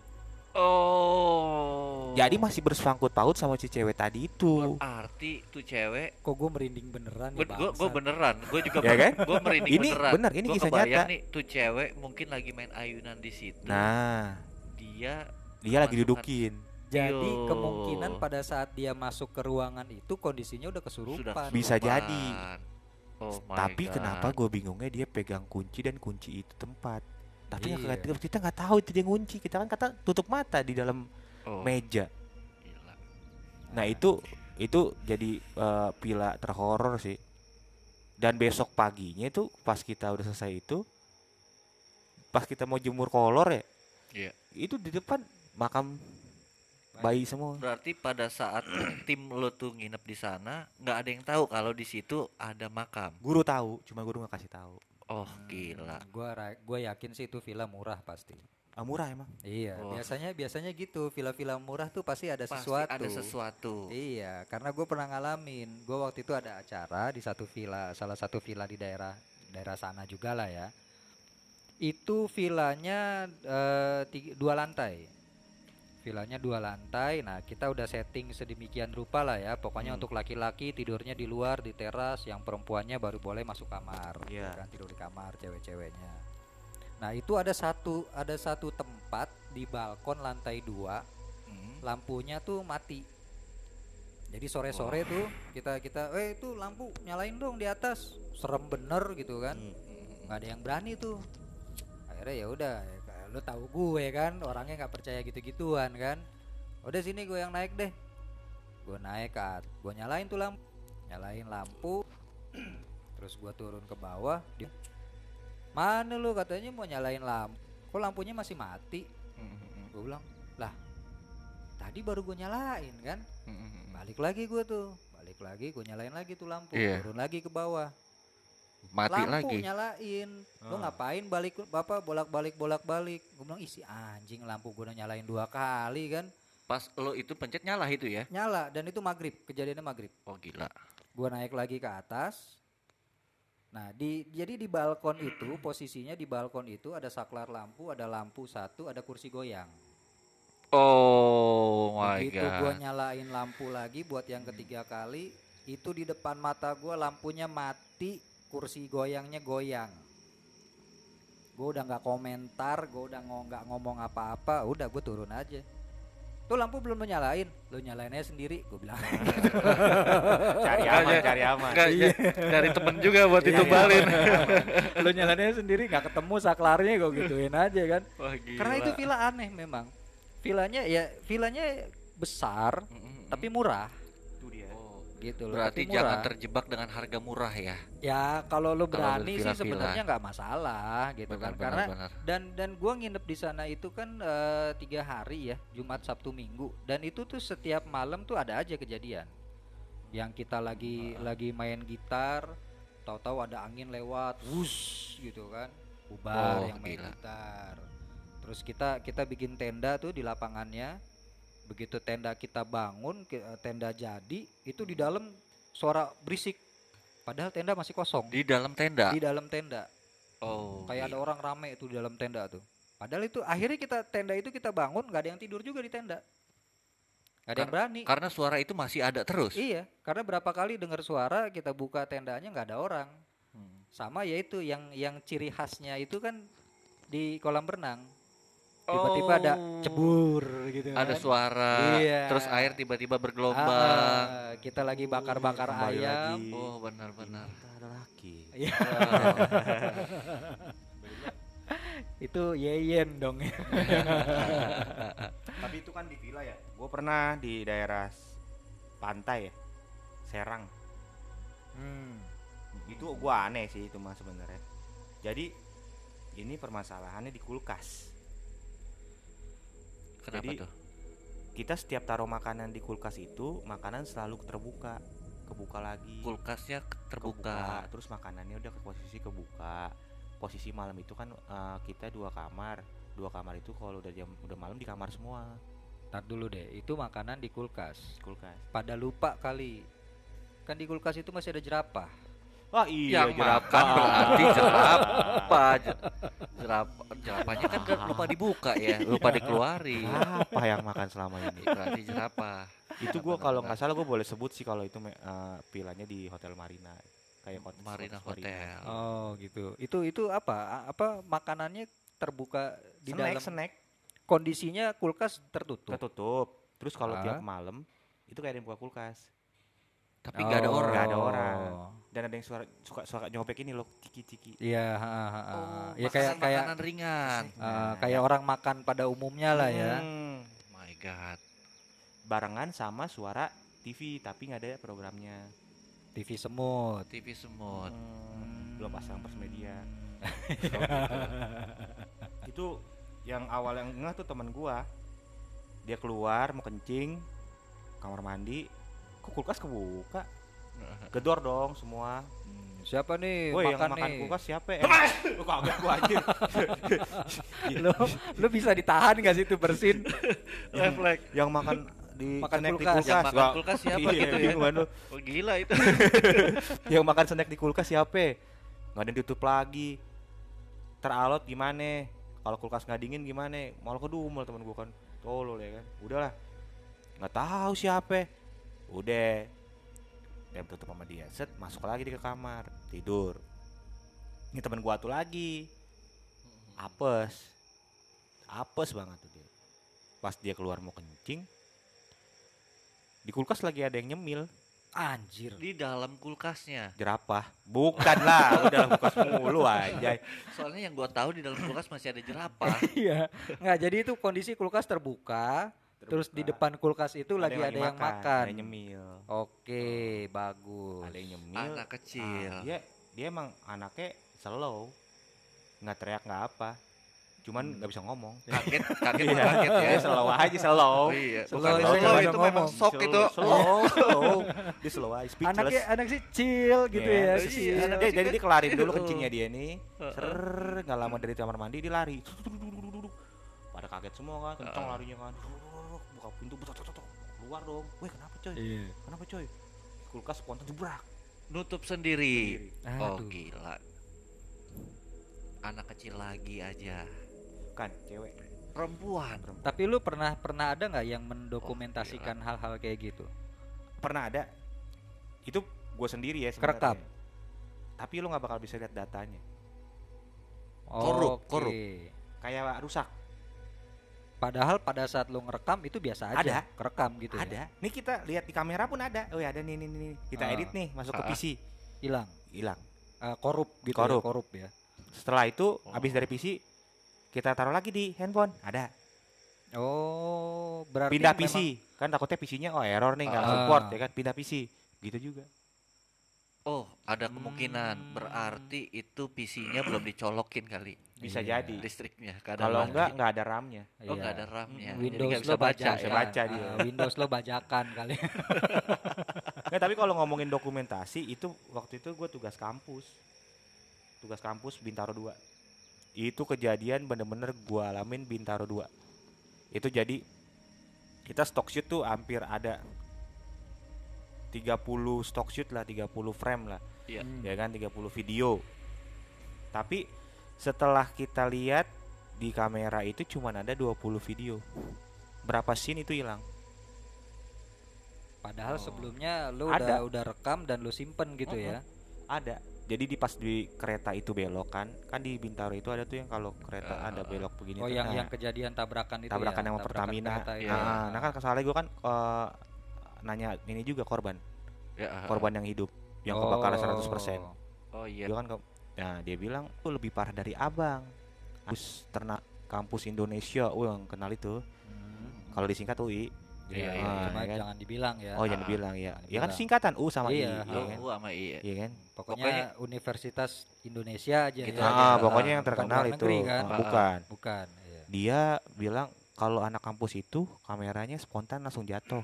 Oh. Jadi masih bersangkut paut sama si cewek tadi itu. Berarti tuh cewek. Kok gue merinding beneran nih Gue bangsat. beneran. Gue juga Ya kan? gue merinding Ini beneran. bener, ini Gua kisah kebayang nyata. nih tuh cewek mungkin lagi main ayunan di situ. Nah, Dia dia lagi Masukkan. dudukin. Jadi Yo. kemungkinan pada saat dia masuk ke ruangan itu kondisinya udah kesurupan. sudah Bisa kesurupan. jadi. Oh my Tapi God. kenapa gue bingungnya dia pegang kunci dan kunci itu tempat. Tapi Iya. kita nggak tahu itu dia ngunci. Kita kan kata tutup mata di dalam Oh, meja. gila. Nah itu jadi pila terhoror sih. Dan besok paginya itu pas kita udah selesai itu, pas kita mau jemur kolor ya, Iya. itu di depan makam bayi semua. Berarti pada saat tim lo tuh nginep di sana, nggak ada yang tahu kalau di situ ada makam. Guru tahu, cuma guru nggak kasih tahu. Oh gila. Gua yakin sih itu villa murah pasti. Murah emang. Iya, Wah. biasanya gitu, villa-villa murah tuh pasti ada Pasti sesuatu. ada sesuatu. Iya, karena gue pernah ngalamin. Gue waktu itu ada acara di satu villa, salah satu villa di daerah sana juga lah ya. Itu villanya 2 lantai. Villanya 2 lantai. Nah, kita udah setting sedemikian rupa lah ya. Pokoknya untuk laki-laki tidurnya di luar di teras, yang perempuannya baru boleh masuk kamar. Iya. Kan tidur di kamar cewek-ceweknya. Nah, itu ada satu tempat di balkon lantai 2. Hmm. Lampunya tuh mati. Jadi sore-sore tuh kita itu lampu nyalain dong di atas. Serem bener gitu kan. Nggak ada yang berani tuh. Akhirnya ya udah, lu tahu gue kan, orangnya nggak percaya gitu-gituan kan. Udah sini gue yang naik deh. Gue naik gue nyalain tuh lampu. Nyalain lampu. Terus gue turun ke bawah. Mana lu katanya mau nyalain lampu? Kok lampunya masih mati? Gue bilang, lah tadi baru gue nyalain kan. Balik lagi gue nyalain lagi tuh lampu. Iya. Turun lagi ke bawah. Mati lampu lagi. nyalain. Lu Ah. ngapain bolak-balik. Gue bilang isi anjing, lampu gue udah nyalain 2 kali kan. Pas lo itu pencet nyala itu ya. Nyala, dan itu maghrib, kejadiannya maghrib. Oh gila. Gue naik lagi ke atas. Nah, jadi di balkon itu, posisinya di balkon itu ada saklar lampu, ada lampu satu, ada kursi goyang. Oh my Begitu gue god. nyalain lampu lagi buat yang ketiga kali, itu di depan mata gue lampunya mati, kursi goyangnya goyang. Gue udah nggak komentar, gue udah nggak ngomong apa-apa, udah gue turun aja. Tuh lampu belum lo nyalain, lo nyalain aja sendiri, gue bilang. Cari aman. Enggak, dari temen juga buat Iya, ditumbalin. Lo nyalain aja sendiri, nggak ketemu saklarnya, gue gituin aja kan. Wah gila. Karena itu villa aneh memang. Villanya besar, tapi murah. Itu dia. Oh, Gitu loh. berarti tapi jangan murah. terjebak dengan harga murah ya. Ya kalau lo Kalau berani sih villa-villa. sebenarnya nggak masalah gitu Benar, kan. benar, Karena benar. dan gua nginep di sana itu kan 3 hari ya, Jumat Sabtu Minggu, dan itu tuh setiap malam tuh ada aja kejadian yang kita lagi main gitar, tahu-tahu ada angin lewat, wush gitu kan, bubar Oh, yang main gila. gitar. Terus kita bikin tenda tuh di lapangannya. Begitu tenda kita bangun, tenda jadi, itu di dalam suara berisik. Padahal tenda masih kosong. Di dalam tenda. Di dalam tenda. Oh. Kayak ada gila. orang rame itu di dalam tenda tuh. Padahal itu akhirnya tenda itu kita bangun, nggak ada yang tidur juga di tenda. Nggak ada yang berani. Karena suara itu masih ada terus. Iya, karena berapa kali dengar suara kita buka tendanya nggak ada orang. Sama ya itu yang ciri khasnya itu kan di kolam renang. Tiba-tiba ada cebur gitu Ada kan. suara. Iya. Terus air tiba-tiba bergelombang. Kita lagi bakar-bakar Kembali ayam. lagi. Oh benar-benar. Ada laki. Iya. Wow. Itu yeyen dong. Tapi itu kan di villa ya. Gue pernah di daerah pantai ya, Serang. Itu gua aneh sih itu mah sebenarnya. Jadi ini permasalahannya di kulkas. Kenapa Jadi, tuh? Kita setiap taruh makanan di kulkas itu, makanan selalu terbuka, kebuka lagi. Kulkasnya terbuka. Terus makanannya udah ke posisi kebuka. Posisi malam itu kan kita 2 kamar. 2 kamar itu kalau udah malam di kamar semua. Tar dulu deh, itu makanan di kulkas. Kulkas. Pada lupa kali. Kan di kulkas itu masih ada jerapah. Oh iya, Yang makan berarti jerapah. Jerapahnya kan lupa dibuka ya, lupa dikeluarin. Apa yang makan selama ini? Berarti jerapah. Itu gua kalau nggak salah gua boleh sebut sih kalau itu villanya di Hotel Marina, kayak Marina Hotel. Oh gitu. Itu apa? Apa makanannya terbuka di dalam? Snack Kondisinya kulkas tertutup. ketutup. Terus kalau Ah. tiap malam itu kayak ada yang buka kulkas. Tapi nggak ada Oh. orang. Nggak ada orang. Dan ada yang suka nyobek ini loh, ciki-ciki. Iya, Oh, ya kayak makanan ringan. kayak orang makan pada umumnya lah ya. My God. Barengan sama suara TV tapi nggak ada programnya. TV semut. TV semut. Belum pasang Pers Media. Itu yang awal yang ngeh tuh teman gua. Dia keluar mau kencing, kamar mandi, kok kulkas kebuka? Gedor dong semua. Siapa nih Woi, yang makan makan nih? kulkas siapa? Lu kaget gua anjir. Lu bisa ditahan gak sih itu bersin? Refleks. Yang makan di Makan snack di kulkas. kulkas. Yang makan Wah, kulkas siapa iya, gitu ya? bingung kan lu. Oh gila itu. Yang makan snack di kulkas siapa? Nggak ada yang ditutup lagi. Teralot gimana? Kalau kulkas nggak dingin gimana? Malah kedumel teman gua kan. Tolol ya kan. Udahlah. Nggak tahu siapa. Udah. Dia tutup sama dia. Set, masuk lagi di ke kamar, tidur. Ini teman gua tuh lagi. Apes. Apes banget tuh dia. Pas dia keluar mau kencing, di kulkas lagi ada yang nyemil. Anjir. Di dalam kulkasnya. Jerapah. Bukan lah, udah dalam kulkas mulu anjay. Soalnya yang gua tahu di dalam kulkas masih ada jerapah. Iya. Nggak, jadi itu kondisi kulkas terbuka. Terus di depan kulkas itu lagi ada yang makan. Ada yang nyemil. Oke, bagus. Ada yang nyemil. Anak kecil. Dia emang anaknya slow. Nggak teriak nggak apa. cuman nggak bisa ngomong. Kaget kaget Iya. kaget ya. Dia slow aja, slow. Oh iya, Slow, bukan itu slow, nggak bisa itu memang ngomong. sok itu. Slow. Dia slow aja, speechless. Anak sih chill gitu Iya. ya. Iya, chill. anak Jadi kecil dia kelarin dulu Oh. kencingnya dia nih. Nggak lama dari kamar mandi dia lari. Pada kaget semua kan, kencang larinya kan. Buka pintu, keluar dong. Weh, kenapa coy? Iya. Kenapa coy? Kulkas spontan jebrak. Nutup sendiri. Oh Aduh. gila. Anak kecil lagi aja. Kan, cewek. Perempuan. Tapi lu pernah ada nggak yang mendokumentasikan hal-hal kayak gitu? Pernah ada. Itu gue sendiri ya Kerekam. sebenarnya. Tapi lu nggak bakal bisa lihat datanya. Korup, Oke. korup. Kayak rusak. Padahal pada saat lu ngerekam itu biasa aja. Ada. Kerekam gitu ya. Ada. Nih kita lihat di kamera pun ada. Oh ya ada nih. Kita Ah. edit nih, masuk ke Ah. PC. Hilang. Hilang. Korup gitu Korup. ya. Korup ya. Setelah itu Oh. habis dari PC kita taruh lagi di handphone. Ada. Oh, berarti Pindah memang- PC. Kan takutnya PC-nya error nih nggak Ah. support ya kan, pindah PC. Gitu juga. Oh, ada kemungkinan. Berarti itu PC-nya belum dicolokin kali Bisa Iya. jadi. listriknya. Keadaan Kalau lagi. nggak ada RAM-nya. Oh, Iya. nggak ada RAM-nya. Jadi Windows nggak lo bisa baca. bajakan. Bisa baca dia. Windows lo bajakan kali. Nggak, tapi kalau ngomongin dokumentasi itu waktu itu gue tugas kampus Bintaro 2. Itu kejadian bener-bener gue alamin Bintaro 2. Itu jadi kita stock shoot tuh hampir ada 30 stock shoot lah, 30 frame lah, Iya. ya kan, 30 video. Tapi setelah kita lihat di kamera itu cuman ada 20 video. Berapa scene itu hilang? Padahal Oh. sebelumnya lu Ada. udah rekam dan lu simpen gitu ya. Ada. Jadi pas di kereta itu belok kan di Bintaro itu ada tuh yang kalau kereta ada belok begini Oh, tuh, yang nah, yang kejadian tabrakan itu tabrakan ya. sama Pertamina. kereta itu. Iya. Nah kan soalnya gue kan nanya ini juga korban Ya, yang hidup yang kebakaran 100%. Oh iya. Dia kan nah dia bilang tuh lebih parah dari abang. Terus ternak kampus Indonesia, yang kenal itu. Hmm. Kalau disingkat UI. Iya, iya, Ah, Cuma ya kan? jangan dibilang ya. Oh jangan Ah, bilang ya. jangan Ya kan bilang. singkatan U sama I, Iya, ya Oh, kan? sama iya. Iya kan? Pokoknya Universitas Indonesia aja Gitu ya. aja. Pokoknya yang Bukan terkenal luar itu. negeri kan? Bukan. Bukan. Iya. Dia bilang kalau anak kampus itu kameranya spontan langsung jatuh.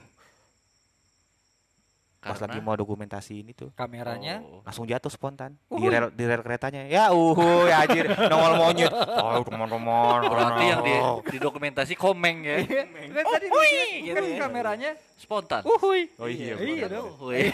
Pas Karena lagi mau dokumentasi ini tuh Kameranya Oh. langsung jatuh spontan Uhuy. di rel keretanya. Ya ya anjir nongol monyet. Oh teman-teman. Berarti yang di dokumentasi komeng ya. kan tadi kan ya. kameranya Spontan. uhuy. Oh iya. Iya bener. dong. Weh.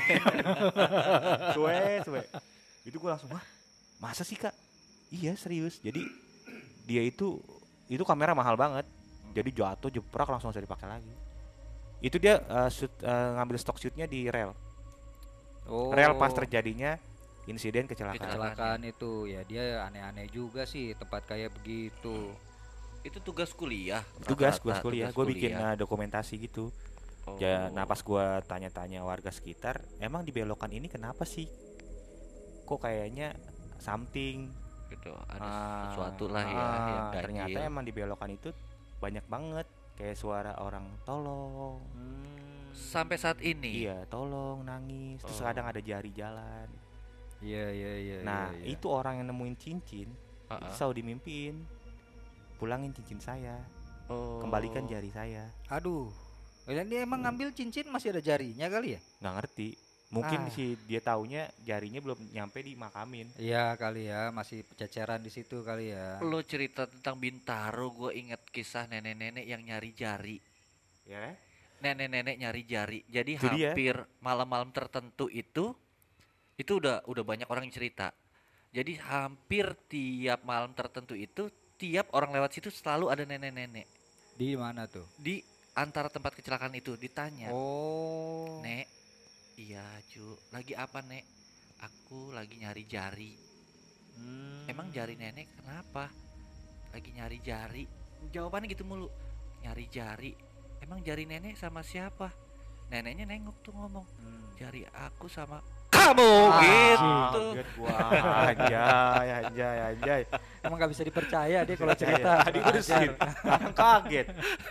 Suwe. Itu gue langsung wah masa sih kak? Iya serius. Jadi dia itu kamera mahal banget. Jadi jatuh jeprak langsung bisa dipakai lagi. Itu dia ngambil stock shootnya di rel. Oh. Rel pas terjadinya insiden kecelakaan. kecelakaan itu ya dia aneh-aneh juga sih tempat kayak begitu. Itu tugas kuliah. Tugas rata-rata kuliah. tugas Gue bikin kuliah. dokumentasi gitu. Oh. Nah pas gue tanya-tanya warga sekitar, emang di belokan ini kenapa sih? Kok kayaknya something? gitu. Ada sesuatu lah ya yang ganjil. Ternyata emang di belokan itu banyak banget kayak suara orang tolong. Sampai saat ini. Iya, tolong nangis. Terus Oh. kadang ada jari jalan. Iya. Nah, iya. itu orang yang nemuin cincin, itu Ah-ah. selalu dimimpiin. Pulangin cincin saya, Oh. kembalikan jari saya. Aduh. Dia emang ngambil cincin masih ada jarinya kali ya? Nggak ngerti. Mungkin Ah. sih dia taunya jarinya belum nyampe di makamin. Iya kali ya, masih ceceran di situ kali ya. Lo cerita tentang Bintaro, gue inget kisah nenek-nenek yang nyari jari. Ya. Nenek-nenek nyari jari. Jadi Itu dia. hampir malam-malam tertentu itu udah banyak orang yang cerita. Jadi hampir tiap malam tertentu itu tiap orang lewat situ selalu ada nenek-nenek Di mana tuh? di antara tempat kecelakaan itu ditanya. Oh. Nek, iya cu, lagi apa nek? Aku lagi nyari jari. Emang jari nenek kenapa? Lagi nyari jari. Jawabannya gitu mulu. Nyari jari. Emang jari nenek sama siapa? Neneknya nengok tuh ngomong. Jari aku sama kamu gitu. Kaget gua. Anjay. Emang nggak bisa dipercaya dia kalau cerita. Tadi terusin. Kaget.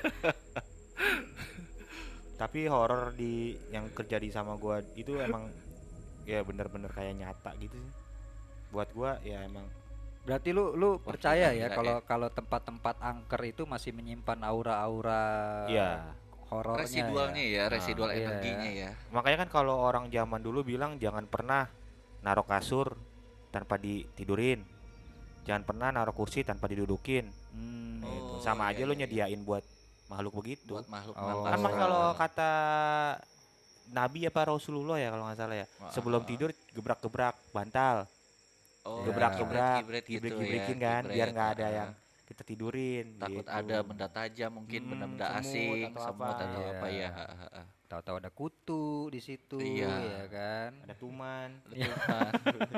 Tapi horor yang terjadi sama gua itu emang ya bener-bener kayak nyata gitu sih. Buat gua ya emang Berarti lu Wah, percaya ya gila kalau kalau tempat-tempat angker itu masih menyimpan aura-aura Iya. horornya Residualnya ya. ya, Nah, residual iya energinya ya. ya. Makanya kan kalau orang zaman dulu bilang jangan pernah naruh kasur tanpa ditidurin, jangan pernah naruh kursi tanpa didudukin. Nah, itu Oh, sama iya aja lo iya iya. nyediain buat makhluk begitu. Buat makhluk Oh. Kan astral. kalau kata Nabi apa Rasulullah ya kalau nggak salah ya, sebelum Heeh. tidur gebrak-gebrak bantal, Oh, gebrak-gebrak, kibret gitu ya, gibrik-gibrikin kan, biar kibret. nggak ada Heeh. yang kita tidurin Takut gitu. ada benda tajam mungkin, benda-benda Semut asing, atau semut apa. atau apa ya. Iya. Tahu-tahu ada kutu di situ Iya. ya kan. Ada tuman. Letupan.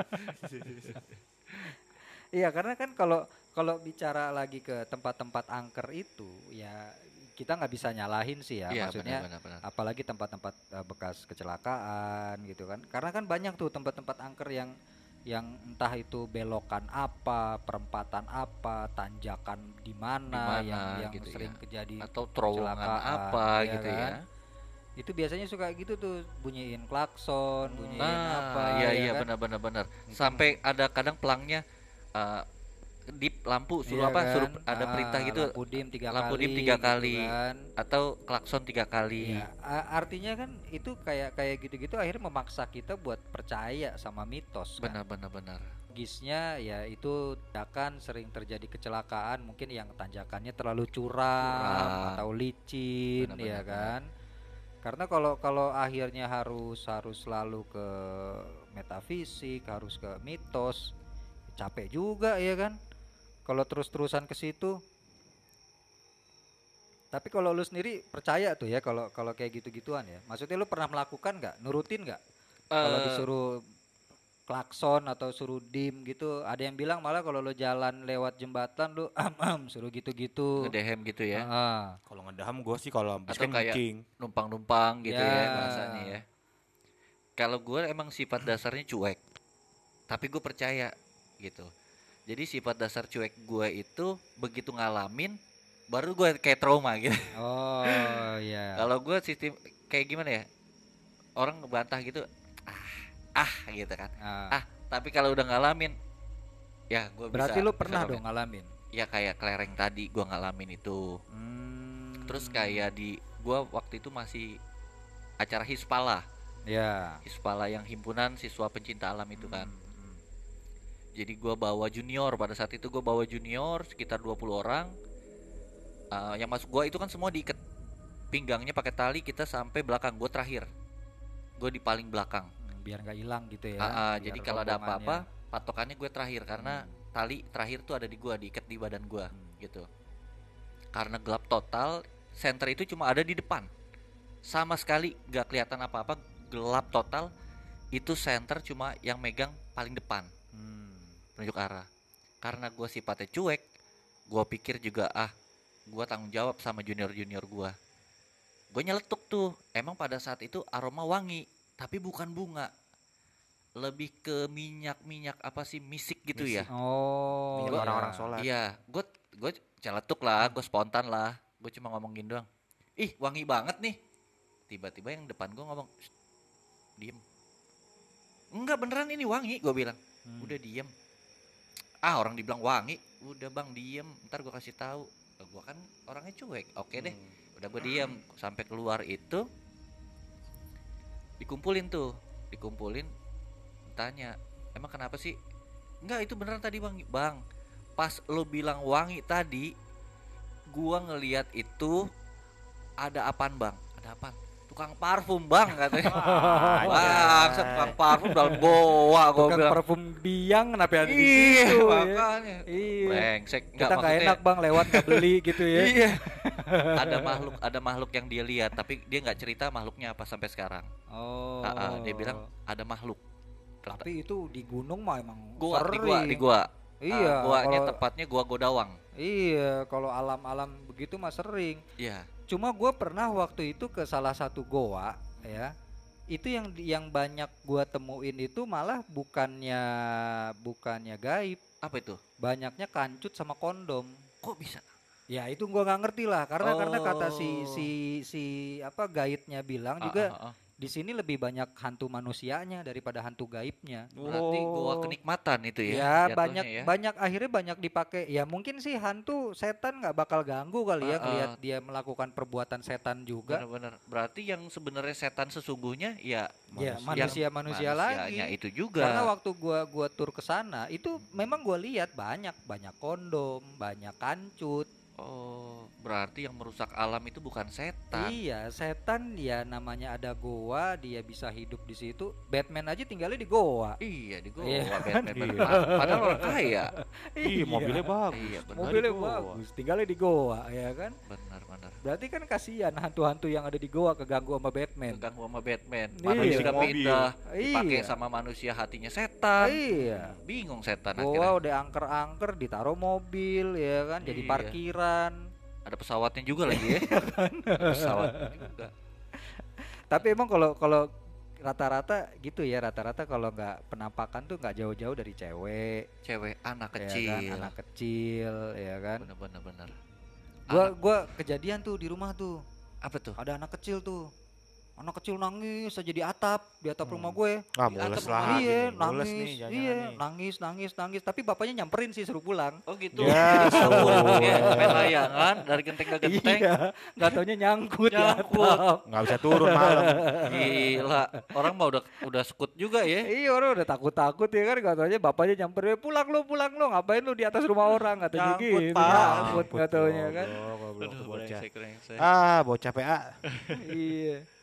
Iya, karena kan kalau kalau bicara lagi ke tempat-tempat angker itu ya kita nggak bisa nyalahin sih ya. Iya, Maksudnya benar. apalagi tempat-tempat bekas kecelakaan gitu kan. Karena kan banyak tuh tempat-tempat angker yang entah itu belokan apa, perempatan apa, tanjakan di Di mana yang mana gitu sering ya. terjadi Atau terowongan kecelakaan, apa ya gitu kan? ya. Itu biasanya suka gitu tuh bunyiin klakson, bunyiin Nah, apa iya ya iya kan? benar. Mungkin Sampai ada kadang pelangnya eh, dip lampu suruh iya apa? kan? Suruh ada perintah gitu, Lampu dim 3 lampu kali dim 3 gitu kali kan. atau klakson 3 kali. Ya, artinya kan itu kayak kayak gitu-gitu akhirnya memaksa kita buat percaya sama mitos kan. Benar. Logisnya ya itu akan sering terjadi kecelakaan mungkin yang tanjakannya terlalu curam atau licin Benar, ya benar. kan. Karena kalau kalau akhirnya harus harus selalu ke metafisik, harus ke mitos, capek juga ya kan. Kalau terus-terusan ke situ. Tapi kalau lu sendiri percaya tuh ya kalau kalau kayak gitu-gituan ya. Maksudnya lu pernah melakukan nggak? Nurutin nggak? Kalau Eh, disuruh klakson atau suruh dim gitu, ada yang bilang malah kalau lo jalan lewat jembatan lu suruh gitu-gitu. Ngedehem gitu ya. Heeh. Kalau ngedaham gue sih kalau habis Atau kayak kencing. numpang-numpang gitu ya Ya. bahasanya ya. Kalau gue emang sifat dasarnya cuek, tapi gue percaya gitu. Jadi sifat dasar cuek gue itu begitu ngalamin baru gue kayak trauma gitu. Oh ya. Kalau gue sistem kayak gimana ya? Orang ngebantah gitu, gitu kan. Tapi kalau udah ngalamin, ya gue bisa. Berarti lu bisa pernah komen. dong ngalamin. Ya kayak kelereng tadi gue ngalamin itu. Terus kayak di gue waktu itu masih acara Hispala. Ya. Hispala yang himpunan siswa pencinta alam itu kan. Jadi gue bawa junior, pada saat itu gue bawa junior sekitar 20 orang. Yang masuk gue itu kan semua diikat pinggangnya pakai tali, kita sampai belakang, gue terakhir. Gue di paling belakang. Biar nggak hilang gitu ya. Biar Jadi kalau ada rombongannya. apa-apa patokannya gue terakhir karena tali terakhir tuh ada di gue, diikat di badan gue gitu. Karena gelap total, senter itu cuma ada di depan. Sama sekali gak kelihatan apa-apa, gelap total. Itu senter cuma yang megang paling depan, penunjuk arah. Karena gue sifatnya cuek, gue pikir juga gue tanggung jawab sama junior-junior gue. Gue nyeletuk tuh, emang pada saat itu aroma wangi, tapi bukan bunga, lebih ke minyak apa sih, misik gitu ya. Oh. Minyak iya. orang-orang sholat. Iya, gue celetuk lah, gue spontan lah, gue cuma ngomongin doang. Ih, wangi banget nih. Tiba-tiba yang depan gue ngomong, "Shh, diem." Enggak beneran ini wangi, gue bilang. Udah diem. Orang dibilang wangi, udah bang diem, ntar gue kasih tahu. Gue kan orangnya cuek, oke deh. Udah gue diem sampai keluar itu, dikumpulin, tanya, emang kenapa sih? Enggak, itu beneran tadi bang. Pas lo bilang wangi tadi, gua ngelihat itu ada apaan bang? Ada apaan? Tukang parfum bang katanya. Wah, tukang parfum dalam goa gua Tukang bilang. parfum biang kenapa ada di Iya, situ ya? makanya. Iya. Brengsek. Kita nggak maksudnya- enak bang lewat nggak beli gitu ya. Iya. Ada makhluk yang dia lihat, tapi dia nggak cerita makhluknya apa sampai sekarang. Oh. Dia bilang ada makhluk. Tapi itu di gunung mah emang Di gua. Iya. Guanya kalau- tepatnya gua Godawang. Iya, kalau alam-alam begitu mah sering. Iya. Cuma gue pernah waktu itu ke salah satu goa ya. Itu yang banyak gua temuin itu malah bukannya gaib, Apa itu? banyaknya kancut sama kondom. Kok bisa? Ya itu gua nggak ngerti lah karena kata Oh. si apa guide-nya bilang juga Di sini lebih banyak hantu manusianya daripada hantu gaibnya. Berarti gua kenikmatan itu ya. Ya jatuhnya banyak ya. banyak akhirnya banyak dipakai. Ya mungkin sih hantu setan nggak bakal ganggu kali ya, Heeh. ngelihat dia melakukan perbuatan setan juga. Benar-benar. Berarti yang sebenarnya setan sesungguhnya ya Ya yang manusia manusianya lagi. itu juga. Karena waktu gua tur ke sana itu memang gua lihat banyak kondom, banyak kancut. Oh, berarti yang merusak alam itu bukan setan. Iya, setan ya namanya ada goa, dia bisa hidup di situ. Batman aja tinggalnya di goa. Iya, di Iya Goa kan? Batman. Iya. Padahal orang kaya. Ih, mobilnya bagus. Iya, benar. Mobilnya Di goa. bagus, tinggalnya di goa, ya kan? Benar-benar. Berarti kan kasihan hantu-hantu yang ada di goa keganggu sama Batman. Keganggu sama Batman. Iya. Manusia Mobil. pindah dipakai Iya. sama manusia hatinya setan. Iya. Bingung setan Goa akhirnya. udah angker-angker ditaruh mobil, ya kan? Jadi Iya. parkiran. Ada pesawatnya juga lagi ya. Ada pesawatnya juga. Tapi emang kalau rata-rata gitu ya, rata-rata kalau nggak penampakan tuh nggak jauh-jauh dari cewek, Cewek anak ya kan? kecil. Anak kecil, ya kan? Bener-bener bener. Gua kejadian tuh di rumah tuh, Apa tuh? ada anak kecil tuh, anak kecil nangis aja di atap rumah Hmm. gue. Ah, Di mules atap lah. rumah. Iya, Mules nangis, nih, jangan-jangan iya, nih. nangis, tapi bapaknya nyamperin sih suruh pulang. Oh gitu. Ya, Disebut suruh. ya, main layangan dari genteng ke genteng. Iya, nggak taunya nyangkut di Nyangkut. atap. Nggak bisa turun malam. Gila, orang mah udah sekut juga ya. Iya, orang udah takut-takut ya kan, nggak taunya bapaknya nyamperin, pulang lu, ngapain lu di atas rumah orang, katanya Nyangkut, gitu, Pak. nyangkut nggak taunya kan. Goblok, goblok tuh bocah. brengsek. Ah, bocah PA. Iya.